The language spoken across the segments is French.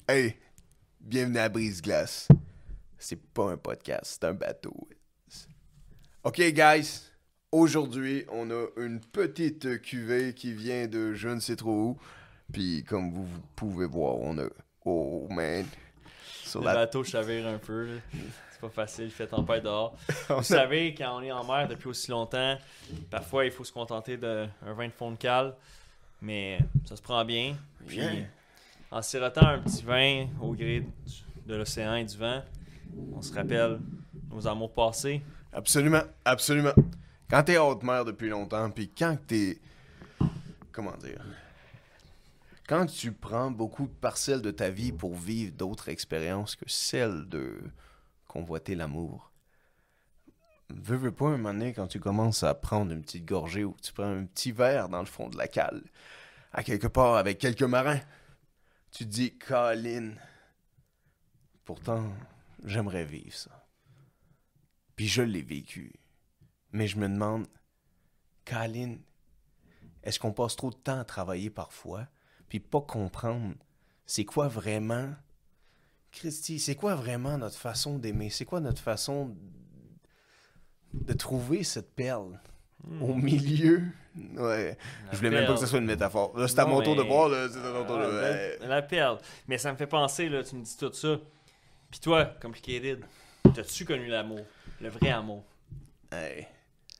Hey, bienvenue à Brise-Glace. C'est pas un podcast, c'est un bateau. Ok, guys. Aujourd'hui, on a une petite cuvée qui vient de je ne sais trop où. Puis, comme vous pouvez voir, on a... Oh, man. Sur Le bateau chavire un peu. Là. C'est pas facile, il fait tempête dehors. Vous savez, quand on est en mer depuis aussi longtemps, parfois il faut se contenter d'un vin de fond de cale. Mais ça se prend bien. Puis, en sirotant un petit vin au gré de l'océan et du vent, on se rappelle nos amours passés. Absolument, absolument. Quand t'es haute mer depuis longtemps, puis quand t'es... Comment dire? Quand tu prends beaucoup de parcelles de ta vie pour vivre d'autres expériences que celles de convoiter l'amour, veux pas un moment donné, quand tu commences à prendre une petite gorgée ou tu prends un petit verre dans le fond de la cale, à quelque part avec quelques marins, tu te dis, Colin, pourtant, j'aimerais vivre ça. Puis je l'ai vécu. Mais je me demande, Colin, est-ce qu'on passe trop de temps à travailler parfois, puis pas comprendre c'est quoi vraiment, Christy, c'est quoi vraiment notre façon d'aimer? C'est quoi notre façon de trouver cette perle au milieu? Ouais, je voulais même pas que ce soit une métaphore. Là, c'est à mon tour de voir, là. C'est à ton tour de... La perle. Mais ça me fait penser, là, tu me dis tout ça. Puis toi, Complicated, t'as-tu connu l'amour? Le vrai amour? Hey.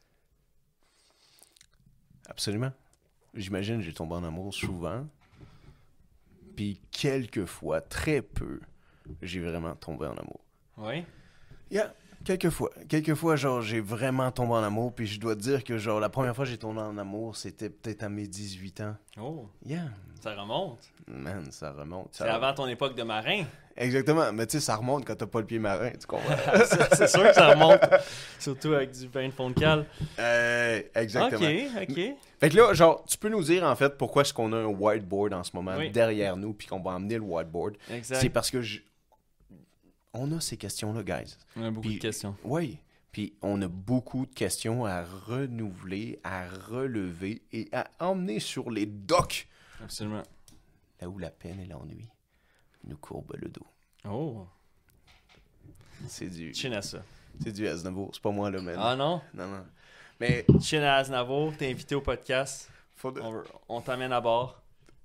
Absolument. J'imagine que j'ai tombé en amour souvent. Puis quelques fois, très peu, j'ai vraiment tombé en amour. Oui? Yeah, quelques fois. Quelques fois, genre, j'ai vraiment tombé en amour. Puis je dois te dire que, genre, la première fois que j'ai tombé en amour, c'était peut-être à mes 18 ans. Oh, Yeah. ça remonte. Man, ça remonte. C'est avant ton époque de marin. Exactement. Mais tu sais, ça remonte quand t'as pas le pied marin, tu comprends? C'est sûr que ça remonte. Surtout avec du vin de fond de cale. Exactement. Ok. Fait que là, genre, tu peux nous dire, en fait, pourquoi est-ce qu'on a un whiteboard en ce moment Oui. derrière nous, puis qu'on va emmener le whiteboard. Exact. C'est parce que on a ces questions-là, guys. On a beaucoup Puis, de questions. Oui. Puis on a beaucoup de questions à renouveler, à relever et à emmener sur les docks. Absolument. Là où la peine et l'ennui nous courbent le dos. Oh. C'est du Chin à ça. Aznavour. C'est pas moi, là, man. Ah non? Non. Mais Chin à Aznavour, t'es invité au podcast. On t'amène à bord.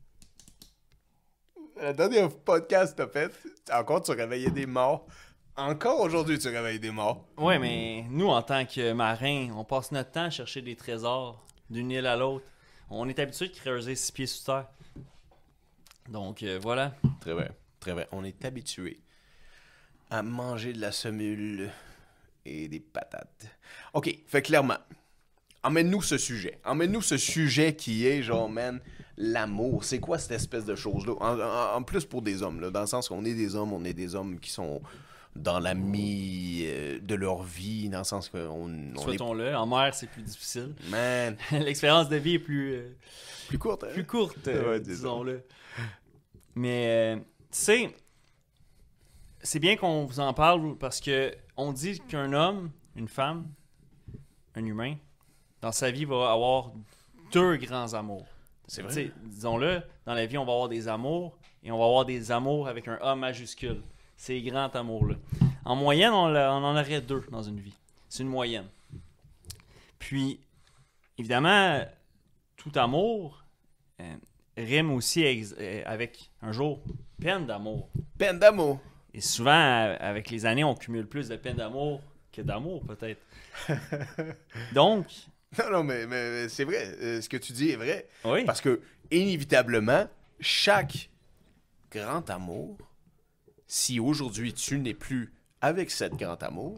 La dernière podcast que t'as fait, encore tu réveillais des morts. Encore aujourd'hui, tu réveilles des morts. Ouais, mais nous, en tant que marins, on passe notre temps à chercher des trésors d'une île à l'autre. On est habitué de creuser 6 pieds sous terre. Donc, voilà. Très bien, très bien. On est habitué à manger de la semoule et des patates. OK, fait clairement, emmène-nous ce sujet. Emmène-nous ce sujet qui est, genre, man, l'amour. C'est quoi cette espèce de chose-là? En plus pour des hommes, là, dans le sens qu'on est des hommes qui sont dans la de leur vie, dans le sens qu'on... Souhaitons-le. En mer, c'est plus difficile. Man! L'expérience de vie est plus courte, hein? plus courte, Ouais, disons-le. Mais, tu sais, c'est bien qu'on vous en parle parce que on dit qu'un homme, une femme, un humain, dans sa vie, va avoir 2 grands amours. C'est T'sais, vrai? disons-le, dans la vie, on va avoir des amours et on va avoir des amours avec un A majuscule. Ces grands amours-là. En moyenne, on en aurait 2 dans une vie. C'est une moyenne. Puis, évidemment, tout amour rime aussi avec un jour peine d'amour. Peine d'amour! Et souvent, avec les années, on cumule plus de peine d'amour que d'amour, peut-être. Donc... Non, mais c'est vrai. Ce que tu dis est vrai. Oui. Parce que, inévitablement, chaque grand amour, si aujourd'hui tu n'es plus avec cet grand amour,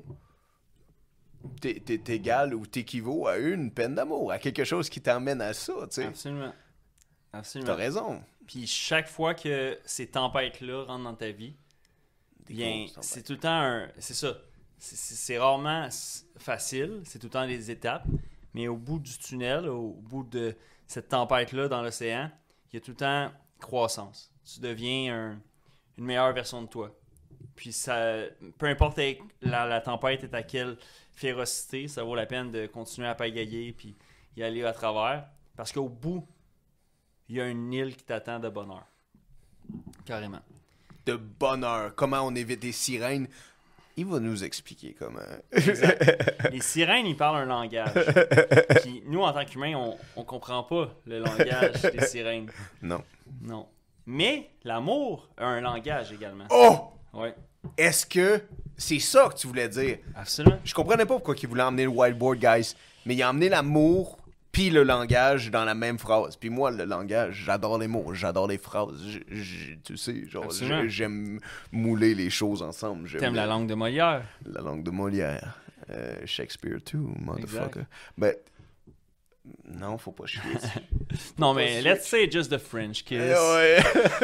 t'égal ou t'équivaut à une peine d'amour, à quelque chose qui t'emmène à ça, tu sais. Absolument. T'as raison. Puis chaque fois que ces tempêtes-là rentrent dans ta vie, bien, c'est tout le temps c'est ça. C'est rarement facile, c'est tout le temps des étapes, mais au bout du tunnel, au bout de cette tempête-là dans l'océan, il y a tout le temps croissance. Tu deviens une meilleure version de toi. Puis ça, peu importe la tempête est à quelle férocité, ça vaut la peine de continuer à pagayer puis y aller à travers. Parce qu'au bout, il y a une île qui t'attend de bonheur. Carrément. de bonheur, comment on évite des sirènes. Il va nous expliquer comment. Exact. Les sirènes, ils parlent un langage. Puis nous, en tant qu'humains, on comprend pas le langage des sirènes. Non. Non. Mais l'amour a un langage également. Oh! Ouais. Est-ce que c'est ça que tu voulais dire? Absolument. Je comprenais pas pourquoi il voulait emmener le whiteboard, guys. Mais il a emmené l'amour puis le langage dans la même phrase. Puis moi, le langage, j'adore les mots, j'adore les phrases. Tu sais, genre, j'aime mouler les choses ensemble. T'aimes la langue de Molière. La langue de Molière. Shakespeare too, motherfucker. Ben, non, faut pas chier. Non, mais let's say just the French kiss. Ouais.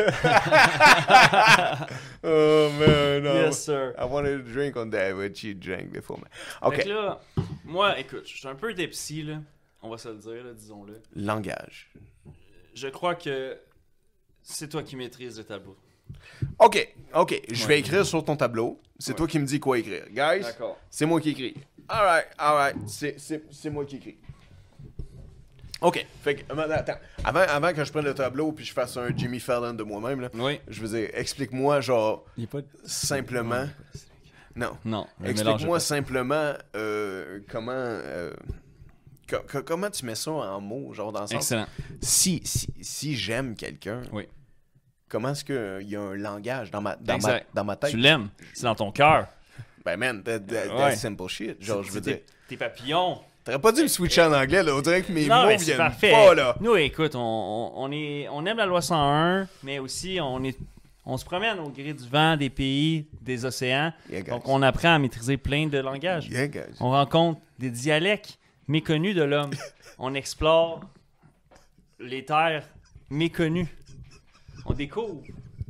Oh man, no. Yes, sir. I wanted to drink on that, but you drank before me. OK. Fait que là, moi, écoute, je suis un peu tipsy, là. On va se le dire, là, disons-le. Langage. Je crois que c'est toi qui maîtrises le tableau. OK. Je vais écrire sur ton tableau. C'est toi qui me dis quoi écrire. Guys, D'accord. c'est moi qui écris. All right. C'est moi qui écris. OK. Fait que, attends. Avant que je prenne le tableau puis je fasse un Jimmy Fallon de moi-même, là, Oui. je veux dire, explique-moi, genre, Il n'y a pas de... simplement... Non. Non. Explique-moi simplement comment... comment tu mets ça en mots, genre dans le sens... Excellent. Si j'aime quelqu'un, Oui. comment est-ce qu'il y a un langage dans ma tête? Tu l'aimes. C'est dans ton cœur. Ben man, that's simple shit. Genre, je veux dire... Tes papillons. T'aurais pas dû me switcher en anglais, là. On dirait que mes Non, mots mais c'est viennent parfait. pas, là. Nous, écoute, on aime la loi 101, mais aussi on se promène au gré du vent, des pays, des océans. Yeah, guys. Donc, on apprend à maîtriser plein de langages. Yeah, guys. On rencontre des dialectes méconnus de l'homme. On explore les terres méconnues. On découvre.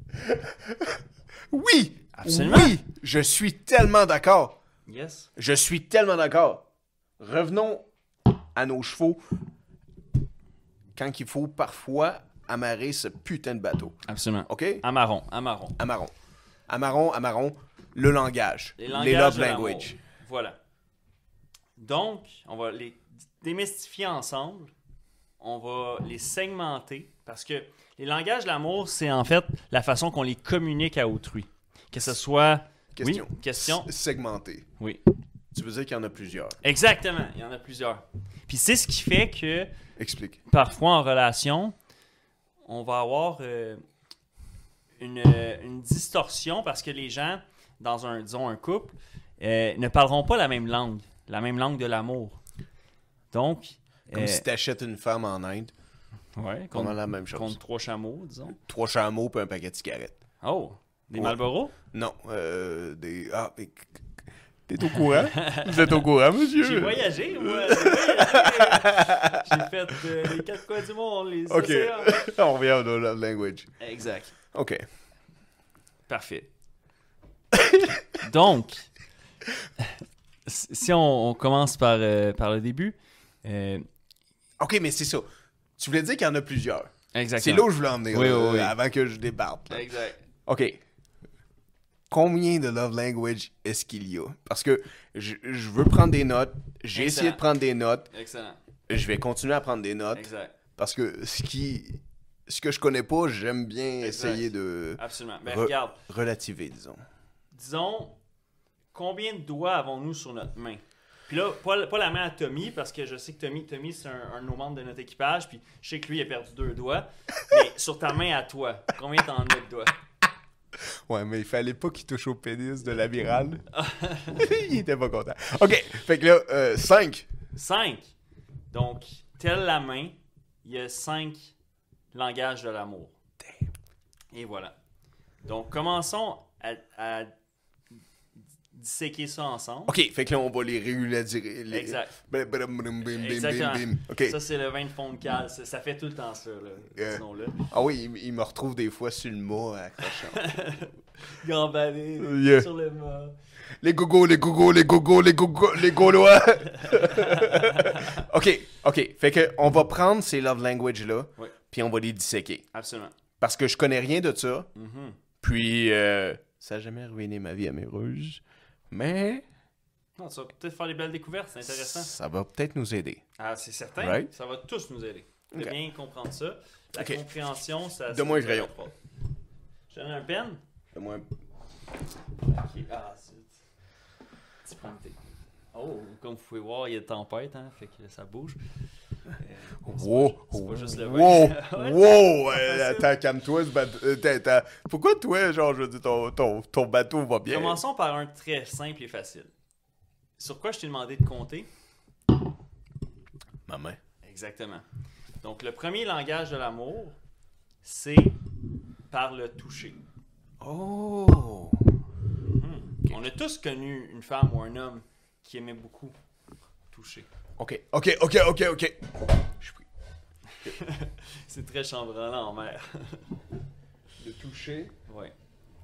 Oui! Absolument. Oui! Je suis tellement d'accord. Yes. Je suis tellement d'accord. Revenons à nos chevaux quand il faut parfois amarrer ce putain de bateau. Absolument. OK? Amarron. Amaron. Le langage. Les langages love de l'amour. language. Voilà. Donc, on va les démystifier ensemble. On va les segmenter parce que les langages de l'amour, c'est en fait la façon qu'on les communique à autrui. Que ce soit... Question. Oui, question. Segmenté. Oui. Tu veux dire qu'il y en a plusieurs. Exactement. Il y en a plusieurs. Puis c'est ce qui fait que Explique. parfois en relation, on va avoir une distorsion parce que les gens, dans un couple, ne parleront pas la même langue de l'amour. Donc... Comme si t'achètes une femme en Inde. Ouais, On a la même chose. contre 3 chameaux, disons. 3 chameaux puis un paquet de cigarettes. Oh, des Ouais. Marlboro? Non, des... Ah, mais... T'es au courant? Vous êtes au courant, monsieur? J'ai voyagé, moi. J'ai fait les 4 coins du monde, les OK. océans. On revient au love language. Exact. OK. Parfait. Donc, si on commence par le début... OK, mais c'est ça. Tu voulais dire qu'il y en a plusieurs. Exactement. C'est là où je voulais en venir, Oui, là, oui. avant que je débarque. Là. Exact. OK. Combien de love language est-ce qu'il y a? Parce que je veux prendre des notes. J'ai Excellent. essayé de prendre des notes. Excellent. Je vais continuer à prendre des notes. Exact. Parce que ce que je connais pas, j'aime bien Exact. essayer de Absolument. Ben, regarde. relativer, disons. Disons, combien de doigts avons-nous sur notre main? Puis là, pas la main à Tommy, parce que je sais que Tommy c'est un de nos membres de notre équipage, puis je sais que lui, il a perdu 2 doigts. Mais sur ta main à toi, combien t'en as de doigts? Ouais, mais il fallait pas qu'il touche au pénis de l'amiral. Il était pas content. OK, fait que là, 5. 5. Donc, telle la main, il y a 5 langages de l'amour. Et voilà. Donc, commençons à disséquer ça ensemble. OK, fait que là, on va les régulariser. Exact. Exactement. OK. Ça, c'est le vin de fond de cale. Ça fait tout le temps ça, là. Disons-le. Ah oui, il me retrouve des fois sur le mât accrochant. Gambadé Yeah. sur le mât. Les gogos, les Gaulois. OK. Fait que on va prendre ces love languages-là, Oui. puis on va les disséquer. Absolument. Parce que je connais rien de ça, Mhm. puis ça n'a jamais ruiné ma vie amoureuse, mais Non, ça va peut-être faire des belles découvertes, c'est intéressant. ça va peut-être nous aider. Ah, c'est certain. Right. Ça va tous nous aider. De Ok. bien comprendre ça. La Ok. compréhension, ça... Donne-moi un crayon. Je donne un pen. Fais-moi un... Ok. Ah, c'est pas thé. Oh, comme vous pouvez voir, il y a tempête, hein, fait que ça bouge. C'est pas juste le vin. Wow! Attends, calme-toi. Pourquoi toi, genre, je veux dire, ton bateau va bien? Commençons par un très simple et facile. Sur quoi je t'ai demandé de compter? Ma main. Exactement. Donc, le premier langage de l'amour, c'est par le toucher. Oh! On a tous connu une femme ou un homme qui aimait beaucoup toucher. OK. Je suis pris. C'est très chambranlant en mer. De toucher. Ouais.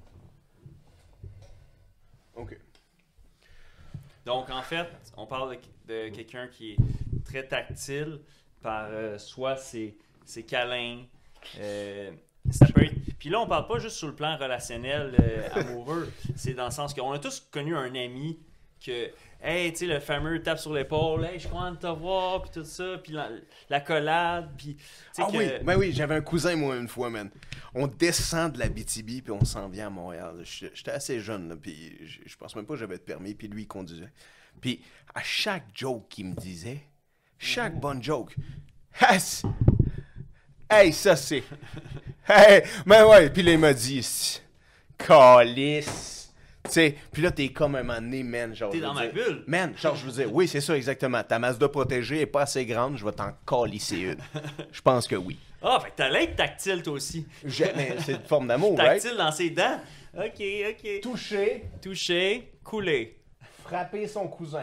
OK. Donc, en fait, on parle de quelqu'un qui est très tactile par soit ses câlins. Ça peut être... Puis là, on parle pas juste sur le plan relationnel, amoureux. C'est dans le sens qu'on a tous connu un ami que, hey, tu sais, le fameux tape sur l'épaule, hey, je suis content de te voir, puis tout ça, puis la collade, puis... Oui, ben oui, j'avais un cousin, moi, une fois, man. On descend de la BTB, puis on s'en vient à Montréal. J'étais assez jeune, là, puis je pense même pas que j'avais de permis, puis lui, il conduisait. Puis à chaque joke qu'il me disait, chaque bonne joke, hey, ça c'est... Hey, ben ouais, puis là, il m'a dit, calice. Tu sais, puis là, t'es comme un moment donné, man. Genre, t'es dans ma bulle. Man, genre, je veux dire, oui, c'est ça, exactement. Ta Mazda protégée est pas assez grande, je vais t'en calisser une. Je pense que oui. Ah, fait que t'as l'air tactile, toi aussi. Mais c'est une forme d'amour, right? Tactile dans ses dents. Ok. Toucher, couler. Frapper son cousin.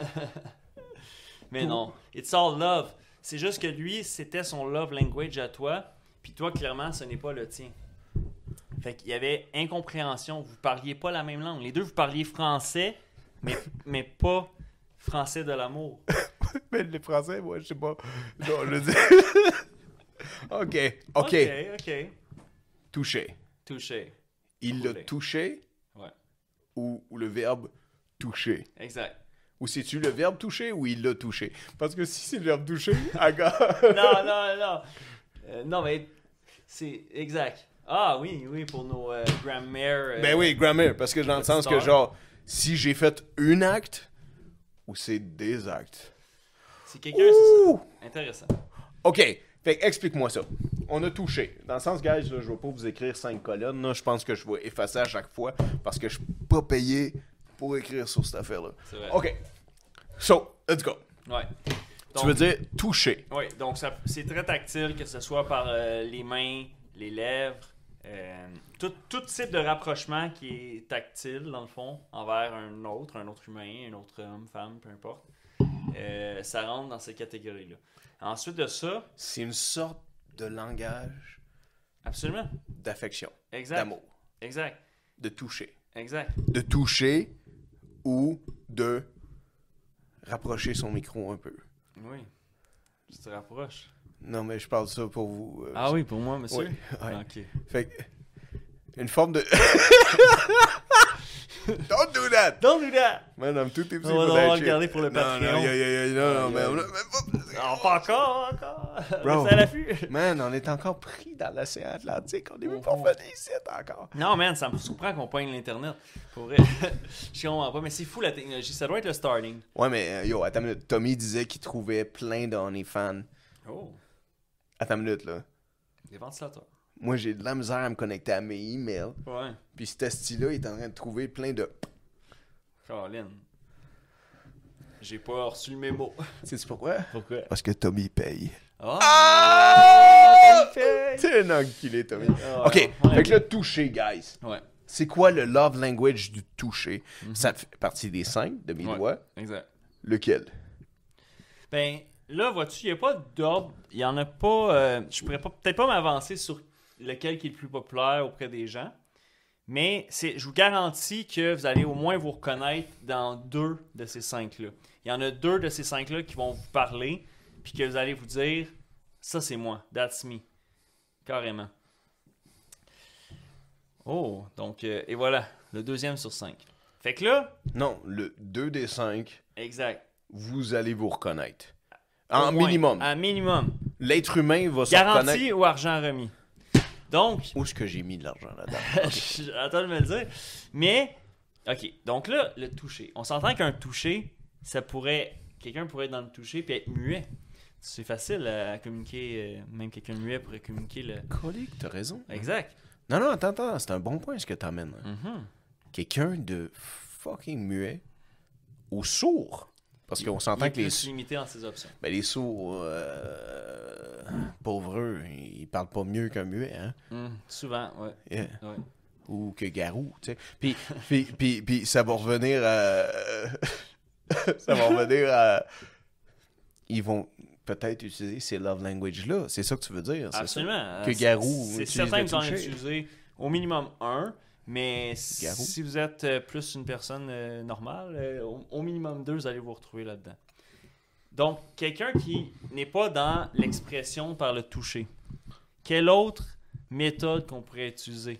Mais non, it's all love. C'est juste que lui, c'était son love language à toi, puis toi, clairement, ce n'est pas le tien. Fait qu'il y avait incompréhension. Vous parliez pas la même langue. Les deux, vous parliez français, mais pas français de l'amour. Mais les Français, moi, je sais pas. Non, je dis... OK. Toucher. Il l'a touché? Ouais. Ou le verbe toucher? Exact. Ou c'est-tu le verbe toucher ou il l'a touché? Parce que si c'est le verbe toucher, Non. Non, mais c'est exact. Ah oui, pour nos grammaire. Ben oui, grammaire, parce que dans le sens que genre, si j'ai fait un acte, ou c'est des actes. C'est quelqu'un, c'est ça. Intéressant. OK, fait que explique-moi ça. On a touché. Dans le sens, guys, là, je vais pas vous écrire 5 colonnes, là, je pense que je vais effacer à chaque fois, parce que je suis pas payé pour écrire sur cette affaire-là. C'est vrai. OK, so, let's go. Ouais. Donc, tu veux dire toucher. Oui, donc c'est très tactile, que ce soit par les mains, les lèvres, tout type de rapprochement qui est tactile, dans le fond, envers un autre humain, un autre homme, femme, peu importe. Ça rentre dans ces catégories-là. Ensuite de ça... C'est une sorte de langage... Absolument. D'affection. Exact. D'amour. Exact. De toucher. Exact. De toucher ou de rapprocher son micro un peu. Oui. Tu te rapproches. Non, mais je parle de ça pour vous. Ah oui, pour moi, monsieur? Oui. Ouais. OK. Fait que, une forme de... Don't do that! Man, I'm too tipsy on for va that devoir shit. regarder pour le Patreon. Non, mais... Non, pas encore. Bro, Reste à l'affût. Man, on est encore pris dans l'océan Atlantique. On est même pas revenu ici encore. Non, man, ça me surprend qu'on pogne l'Internet. Pour vrai. Je comprends pas, mais c'est fou la technologie. Ça doit être le starting. Ouais, mais yo, attends une minute. Tommy disait qu'il trouvait plein d'OnlyFans. Oh. Attends une minute, là. Des ventilateurs. Moi, j'ai de la misère à me connecter à mes emails. Ouais. Puis cet esti-là, il est en train de trouver plein de... Caroline. J'ai pas reçu le mémo. Sais-tu pourquoi? Pourquoi? Parce que Tommy paye. Ah! T'es un enculé, Tommy. Ah, OK, fait que là, toucher, guys. Ouais. C'est quoi le love language du toucher? Ça fait partie des 5 de mes doigts. Exact. Lequel? Ben, là, vois-tu, il n'y a pas d'ordre. Il n'y en a pas... je pourrais peut-être pas m'avancer sur lequel qui est le plus populaire auprès des gens. Mais je vous garantis que vous allez au moins vous reconnaître dans 2 de ces 5-là. Il y en a 2 de ces 5-là qui vont vous parler, puis que vous allez vous dire, ça c'est moi, that's me. Carrément. Oh, donc, et voilà, le 2e sur 5. Fait que là... Non, le 2 des 5, Exact. vous allez vous reconnaître. Au moins, Minimum. Un minimum. L'être humain va se reconnaître. Garantie ou argent remis? Donc... Où est-ce que j'ai mis de l'argent là-dedans? Okay. Attends de me le dire. Mais, OK. Donc là, le toucher. On s'entend qu'un toucher, ça pourrait... Quelqu'un pourrait être dans le toucher puis être muet. C'est facile à communiquer. Même quelqu'un de muet pourrait communiquer le... Colique, t'as raison. Exact. Non, attends. C'est un bon point ce que t'amènes. Mm-hmm. Quelqu'un de fucking muet ou sourd. Parce qu'on s'entend que les... Il est limité en ses options. Ben, les sourds, pauvres eux, ils parlent pas mieux qu'un muet, hein? Souvent, ouais. Yeah. Ouais. Ou que Garou, tu sais. Puis ça va revenir à... ça va revenir à... Ils vont peut-être utiliser ces love language-là. C'est ça que tu veux dire, c'est Absolument. ça? Que Garou c'est utilise certain le que vous en toucher. utilisez au minimum un, mais Garou. si vous êtes plus une personne normale, au minimum 2, vous allez vous retrouver là-dedans. Donc, quelqu'un qui n'est pas dans l'expression par le toucher, quelle autre méthode qu'on pourrait utiliser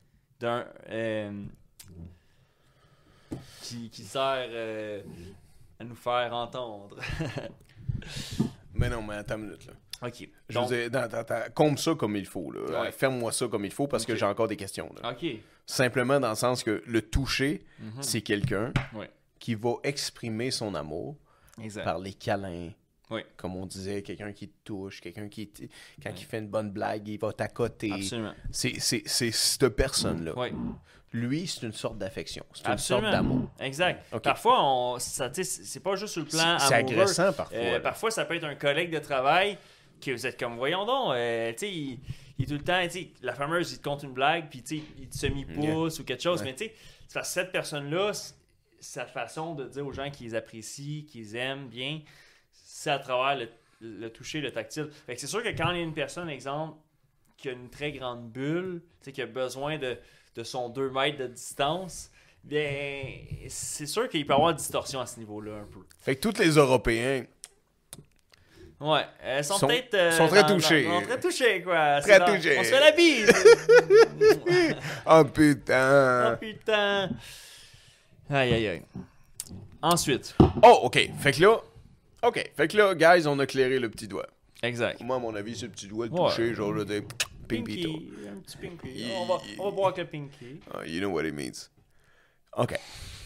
qui sert à nous faire entendre? Mais non, mais attends une minute, là. OK. Je veux dire, comble ça comme il faut, là. Ouais. Ferme-moi ça comme il faut parce que Ok. j'ai encore des questions, là. OK. Simplement dans le sens que le toucher, c'est quelqu'un Ouais. qui va exprimer son amour Exact. par les câlins. Oui. Comme on disait, quelqu'un qui te touche, quelqu'un qui... Quand il fait une bonne blague, il va t'accoter. Absolument. C'est cette personne-là. Oui. Lui, c'est une sorte d'affection. C'est une Absolument. sorte d'amour. Exact. Ok. Parfois, c'est pas juste sur le plan C'est amoureux. agressant parfois. là. Parfois, ça peut être un collègue de travail que vous êtes comme, voyons donc, tu sais, il est tout le temps, tu sais, la fameuse, il te compte une blague, puis tu sais, il te semi-pousse ou quelque chose, Ouais. mais tu sais, c'est parce que cette personne-là, sa façon de dire aux gens qu'ils apprécient, qu'ils aiment bien, c'est à travers le toucher, le tactile. Fait que c'est sûr que quand il y a une personne, exemple, qui a une très grande bulle, tu sais, qui a besoin de son 2 mètres de distance, bien, c'est sûr qu'il peut y avoir une distorsion à ce niveau-là un peu. Fait que tous les Européens, Ouais, sont Sont- peut-être... sont très touchés. Sont très touchés, quoi. Très C'est touchés. On se fait la bise! oh Oh putain. putain! Aïe, aïe, aïe. Ensuite. Oh, ok. Fait que là, guys, on a clairé le petit doigt. Exact. Moi, à mon avis, c'est le petit doigt, le Ouais. toucher, genre, je dis, Pinky. pimpito. Un petit pinky. Yeah. On va boire avec le pinky. Oh, you know what it means. Ok.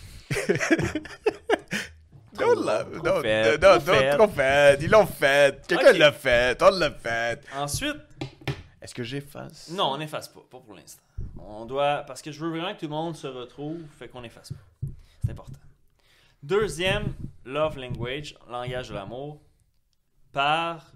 Don't laugh. Trop fait, Non, trop fait. trop fait. Ils l'ont fait. Quelqu'un Ok. l'a fait. On l'a fait. Ensuite, Est-ce que j'efface? non, on n'efface pas. Pas pour l'instant. On doit... Parce que je veux vraiment que tout le monde se retrouve, fait qu'on n'efface pas. C'est important. Deuxième, love language, langage de l'amour, par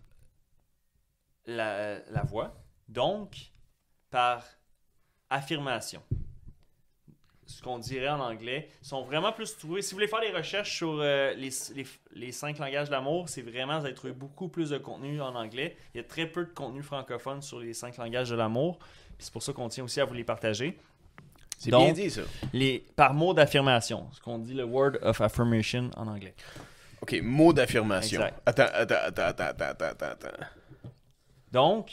la voix. Donc, par affirmation. Ce qu'on dirait en anglais, sont vraiment plus trouvés. Si vous voulez faire des recherches sur les 5 langages de l'amour, c'est vraiment, vous allez trouver beaucoup plus de contenu en anglais. Il y a très peu de contenu francophone sur les 5 langages de l'amour. Puis c'est pour ça qu'on tient aussi à vous les partager. C'est Donc, bien dit, ça. Par mot d'affirmation, ce qu'on dit le word of affirmation en anglais. Ok, mot d'affirmation. Exact. Attends. Donc,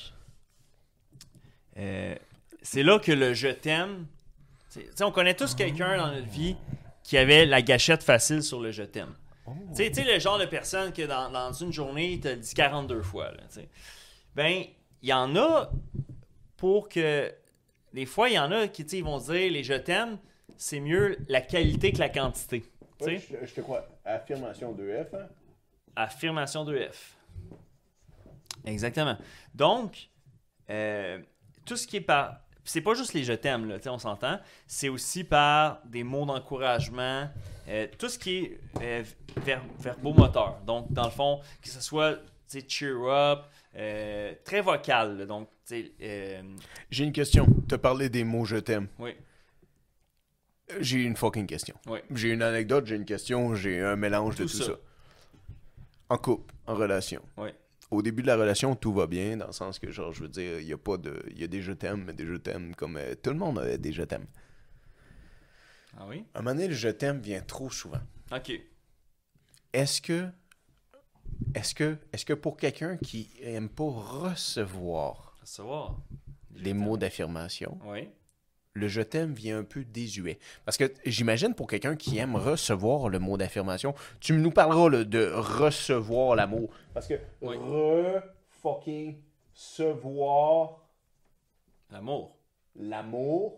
c'est là que le je t'aime. Tu sais, on connaît tous quelqu'un dans notre vie qui avait la gâchette facile sur le je t'aime. Tu sais, le genre de personne que dans une journée, il te le dit 42 fois. Là, tu sais. Ben, il y en a pour que. Des fois, il y en a qui ils vont se dire les je t'aime, c'est mieux la qualité que la quantité. Tu sais? Je te crois. Affirmation 2F, hein? Affirmation 2F. Exactement. Donc, tout ce qui est par. C'est pas juste les je t'aime, là, on s'entend. C'est aussi par des mots d'encouragement. Tout ce qui est verbomoteur. Donc, dans le fond, que ce soit cheer up, très vocal. Là, donc, J'ai une question. T'as parlé des mots je t'aime. oui. J'ai une fucking question. Oui. J'ai une anecdote, j'ai une question, j'ai un mélange de Tout tout ça. ça. En couple, en relation. Oui. Au début de la relation, tout va bien, dans le sens que, genre, je veux dire, il y a pas de... Il y a des je t'aime, mais des je t'aime comme... tout le monde a des je t'aime. Ah oui? À un moment donné, le je t'aime vient trop souvent. OK. Est-ce que pour quelqu'un qui aime pas recevoir Recevoir. les mots d'affirmation, Oui. le je t'aime vient un peu désuet? Parce que j'imagine pour quelqu'un qui aime recevoir le mot d'affirmation, tu nous parleras là, de recevoir l'amour. Parce que Oui. fucking sevoir L'amour. L'amour,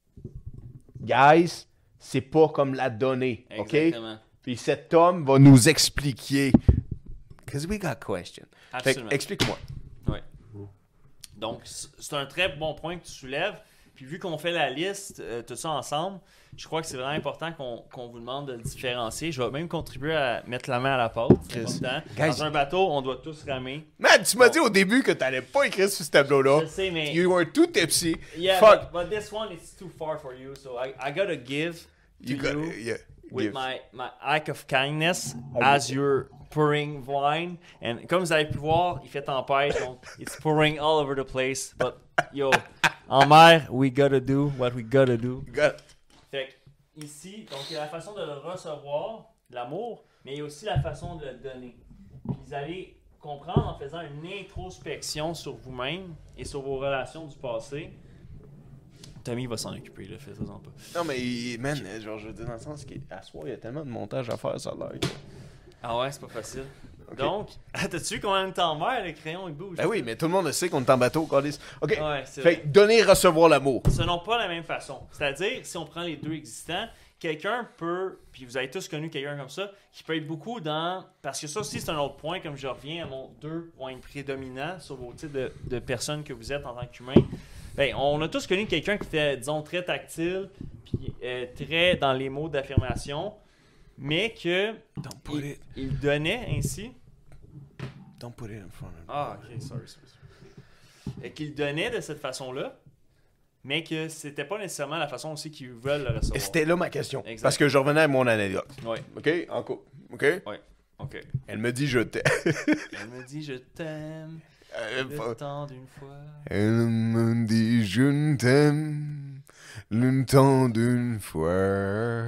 guys, c'est pas comme la donner, OK? Exactement. Puis cet homme va nous expliquer. Because we got questions. Absolument. Explique-moi. Oui. Donc, c'est un très bon point que tu soulèves. Puis vu qu'on fait la liste, tout ça ensemble, je crois que c'est vraiment important qu'on vous demande de le différencier. Je vais même contribuer à mettre la main à la pâte. C'est important. Dans un bateau, on doit tous ramer. Man, tu m'as dit au début que t'allais pas écrire sur ce tableau-là. Je sais, mais... You were too tipsy. Yeah, Fuck. but this one is too far for you. So I gotta give to you Yeah, with give. my act of kindness as you're pouring wine. And comme vous avez pu voir, il fait tempête, donc it's pouring all over the place. But yo, en mer, we gotta do what we gotta do. Fait que ici, donc il y a la façon de le recevoir, l'amour, mais il y a aussi la façon de le donner. Puis vous allez comprendre en faisant une introspection sur vous-même et sur vos relations du passé. Tommy va s'en occuper, là, fais-en pas. Non, mais, man, genre, je veux dire, dans le sens qu'à soir, il y a tellement de montage à faire, ça a l'air. Ah ouais, c'est pas facile. Okay. Donc, t'as-tu vu combien de temps en mer, le crayon, il bouge? Ben oui, mais tout le monde le sait qu'on est en bateau, Carlis. OK. Ouais, c'est Fait vrai. que donner, recevoir l'amour. Ce n'est pas la même façon. C'est-à-dire, si on prend les deux existants, quelqu'un peut, puis vous avez tous connu quelqu'un comme ça, qui peut être beaucoup dans... Parce que ça aussi, c'est un autre point, comme je reviens à mon 2 points prédominants sur vos types de personnes que vous êtes en tant qu'humain. Ben, on a tous connu quelqu'un qui était, disons, très tactile, puis très dans les mots d'affirmation, mais que il donnait ainsi. Don't put it in front of me. Ah, ok, sorry. Et qu'il donnait de cette façon-là, mais que c'était pas nécessairement la façon aussi qu'ils veulent le recevoir. Et c'était là ma question. Exact. Parce que je revenais à mon anecdote. Oui. OK? En couple. OK? Oui. OK. Elle me dit je t'aime. Elle me dit je t'aime le temps d'une fois. Elle me dit je t'aime le temps d'une fois.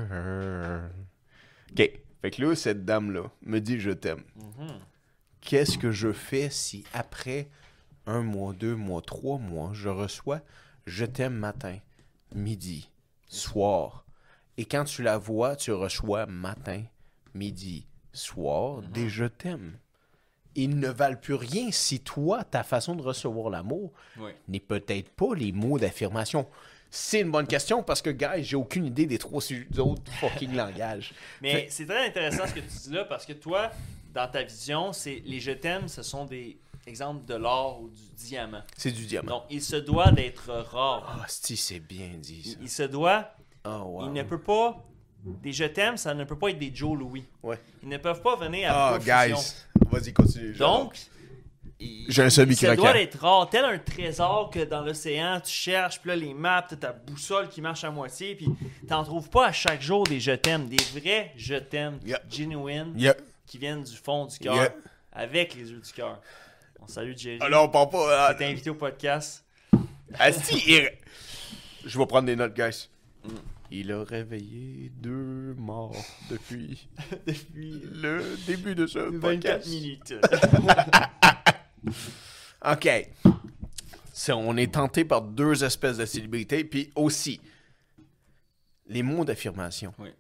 OK. Fait que là, cette dame-là me dit je t'aime. Mhm. Qu'est-ce que je fais si après 1 mois, 2 mois, 3 mois, je reçois je t'aime matin, midi, soir. Et quand tu la vois, tu reçois matin, midi, soir, des je t'aime. Ils ne valent plus rien si toi, ta façon de recevoir l'amour Oui. n'est peut-être pas les mots d'affirmation. C'est une bonne question parce que, guys, j'ai aucune idée des 3 autres fucking langages. Mais c'est très intéressant ce que tu dis là parce que toi, dans ta vision, c'est les je t'aime, ce sont des exemples de l'or ou du diamant. C'est du diamant. Donc, il se doit d'être rare. Ah, si, c'est bien dit, ça. Il se doit... Oh, wow. Il ne peut pas... Des je t'aime, ça ne peut pas être des Joe Louis. Ouais. Ils ne peuvent pas venir à Ah, profusion. guys. Vas-y, continue. Donc, j'ai un semi ça doit craquant. être rare. Tel un trésor que dans l'océan, tu cherches, puis là, les maps, t'as ta boussole qui marche à moitié, puis t'en trouves pas à chaque jour des je t'aime, des vrais je t'aime, Yeah. genuine, Yeah. qui viennent du fond du cœur, Yeah. avec les yeux du cœur. On salue Jerry. Alors, on parle pas. T'es invité au podcast. Asti, je vais prendre des notes, guys. Il a réveillé 2 morts depuis Depuis le début de ce 24 podcast. minutes. OK. On est tenté par 2 espèces de célébrités, puis aussi les mots d'affirmation. Oui.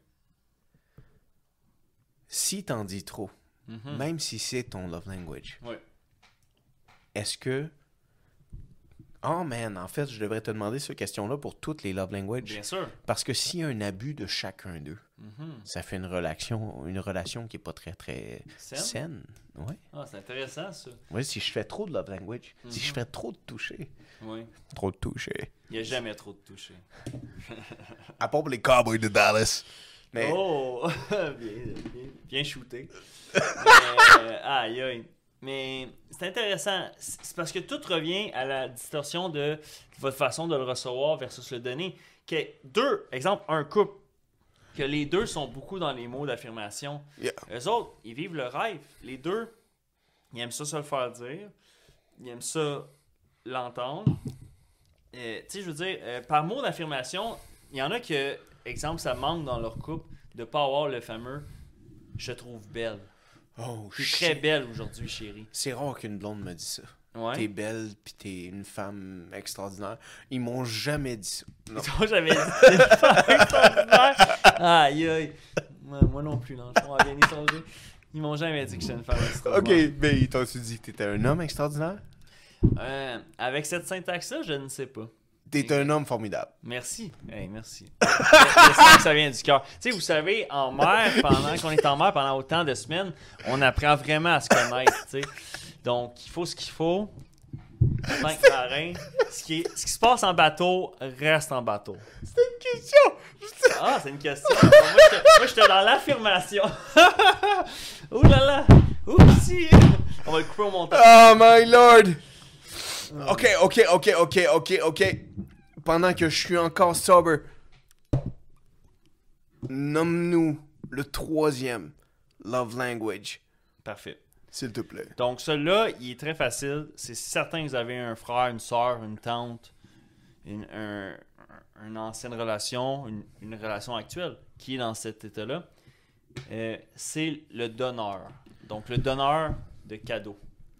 Si t'en dis trop, même si c'est ton love language, Oui. est-ce que... Oh man, en fait, je devrais te demander cette question-là pour toutes les love languages. Bien sûr. Parce que s'il y a un abus de chacun d'eux, ça fait une relation qui est pas très, très saine. Ouais. Ah, c'est intéressant, ça. Ouais, si je fais trop de love language, si je fais trop de toucher. Oui. Trop de toucher. Il n'y a jamais trop de toucher. À part pour les Cowboys de Dallas. Mais... Oh! bien shooté. Mais, aïe, aïe. Mais c'est intéressant. C'est parce que tout revient à la distorsion de votre façon de le recevoir versus le donner. Que exemple, un couple, que les deux sont beaucoup dans les mots d'affirmation. Yeah. Eux autres, ils vivent le rêve. Les deux, ils aiment ça se le faire dire. Ils aiment ça l'entendre. Tu sais, je veux dire, par mot d'affirmation, il y en a que, exemple, ça manque dans leur couple de ne pas avoir le fameux « je trouve belle ». Oh, Je suis très belle aujourd'hui, chérie. C'est rare qu'une blonde me dise ça. Ouais. T'es belle pis t'es une femme extraordinaire. Ils m'ont jamais dit ça. Non. Toi, j'avais dit que c'était une femme extraordinaire. Aïe, aïe. Moi non plus, non. Je m'en bien y songer. Ils m'ont jamais dit que j'étais une femme extraordinaire. Ok, mais ils t'ont dit que t'étais un homme extraordinaire? Avec cette syntaxe-là, je ne sais pas. T'es un homme formidable. Merci. Hey, merci. J'espère que ça vient du cœur. Tu sais, vous savez, pendant qu'on est en mer, pendant autant de semaines, on apprend vraiment à se connaître, tu sais. Donc, il faut ce qu'il faut. En tant que marin, ce qui se passe en bateau, reste en bateau. C'est une question! Ah, c'est une question. Moi, j'étais dans l'affirmation. Ouh là là. Ouh, si. On va le couper au montage. Oh my lord! Ok. Pendant que je suis encore sober, nomme-nous le 3e love language. Parfait. S'il te plaît. Donc, celui-là, il est très facile. C'est certain que vous avez un frère, une soeur, une tante, une ancienne relation, une relation actuelle qui est dans cet état-là. C'est le donneur. Donc, le donneur de cadeaux.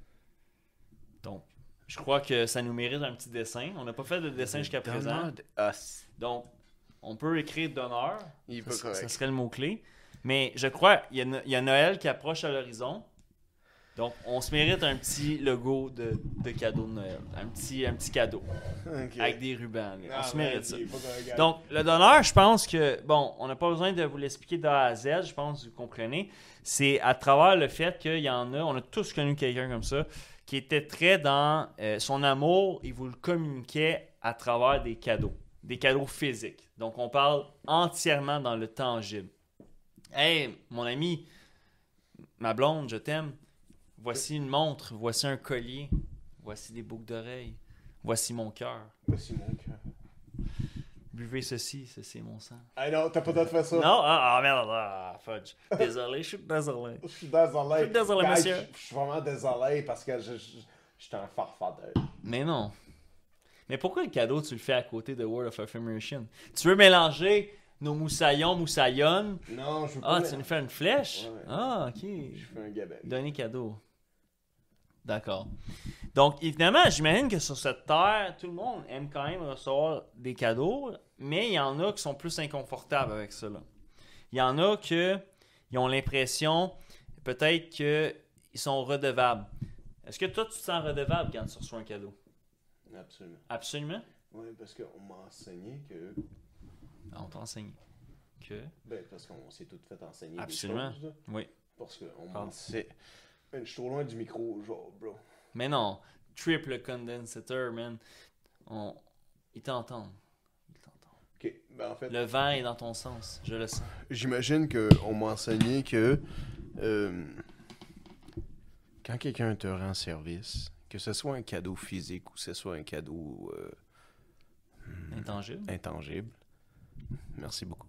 Donc, je crois que ça nous mérite un petit dessin. On n'a pas fait de dessin jusqu'à présent. Donc, on peut écrire donneur. Ça serait le mot-clé. Mais je crois qu'il y a Noël qui approche à l'horizon. Donc, on se mérite un petit logo de cadeau de Noël. Un petit cadeau. Okay. Avec des rubans. On se mérite ça. Donc, le donneur, je pense que, bon, on n'a pas besoin de vous l'expliquer de A à Z. Je pense que vous comprenez. C'est à travers le fait qu'il y en a, on a tous connu quelqu'un comme ça, qui était très dans son amour, il vous le communiquait à travers des cadeaux physiques. Donc, on parle entièrement dans le tangible. Hey, mon ami, ma blonde, je t'aime. Voici une montre, voici un collier, voici des boucles d'oreilles, voici mon cœur. Voici mon cœur. Buvez ceci est mon sang. Ah non, t'as pas le droit de faire ça. Non? Merde, fudge. Désolé, je suis désolé. Je suis désolé, monsieur. Je suis vraiment désolé parce que je suis un farfadeur. Mais non. Mais pourquoi le cadeau, tu le fais à côté de Word of Affirmation? Tu veux mélanger nos moussaillonnes? Non, je veux pas. Ah, tu nous fais une flèche? Ouais. Ah, ok. Je fais un gabarit. Donner cadeau. D'accord. Donc, évidemment, j'imagine que sur cette terre, tout le monde aime quand même recevoir des cadeaux, mais il y en a qui sont plus inconfortables avec cela. Il y en a qui ont l'impression, peut-être qu'ils sont redevables. Est-ce que toi, tu te sens redevable quand tu reçois un cadeau? Absolument. Absolument? Oui, parce qu'on m'a enseigné que... On t'a enseigné que... Ben, parce qu'on s'est tout fait enseigner Absolument. des choses. Là. Oui. Parce qu'on m'a enseigné... Je suis trop loin du micro, genre, bro. Mais non. Triple condensateur, man. Ils t'entendent. Ok, ben en fait... Le vent est dans ton sens, je le sens. J'imagine qu'on m'a enseigné que... quand quelqu'un te rend service, que ce soit un cadeau physique ou que ce soit un cadeau... Intangible. Merci beaucoup.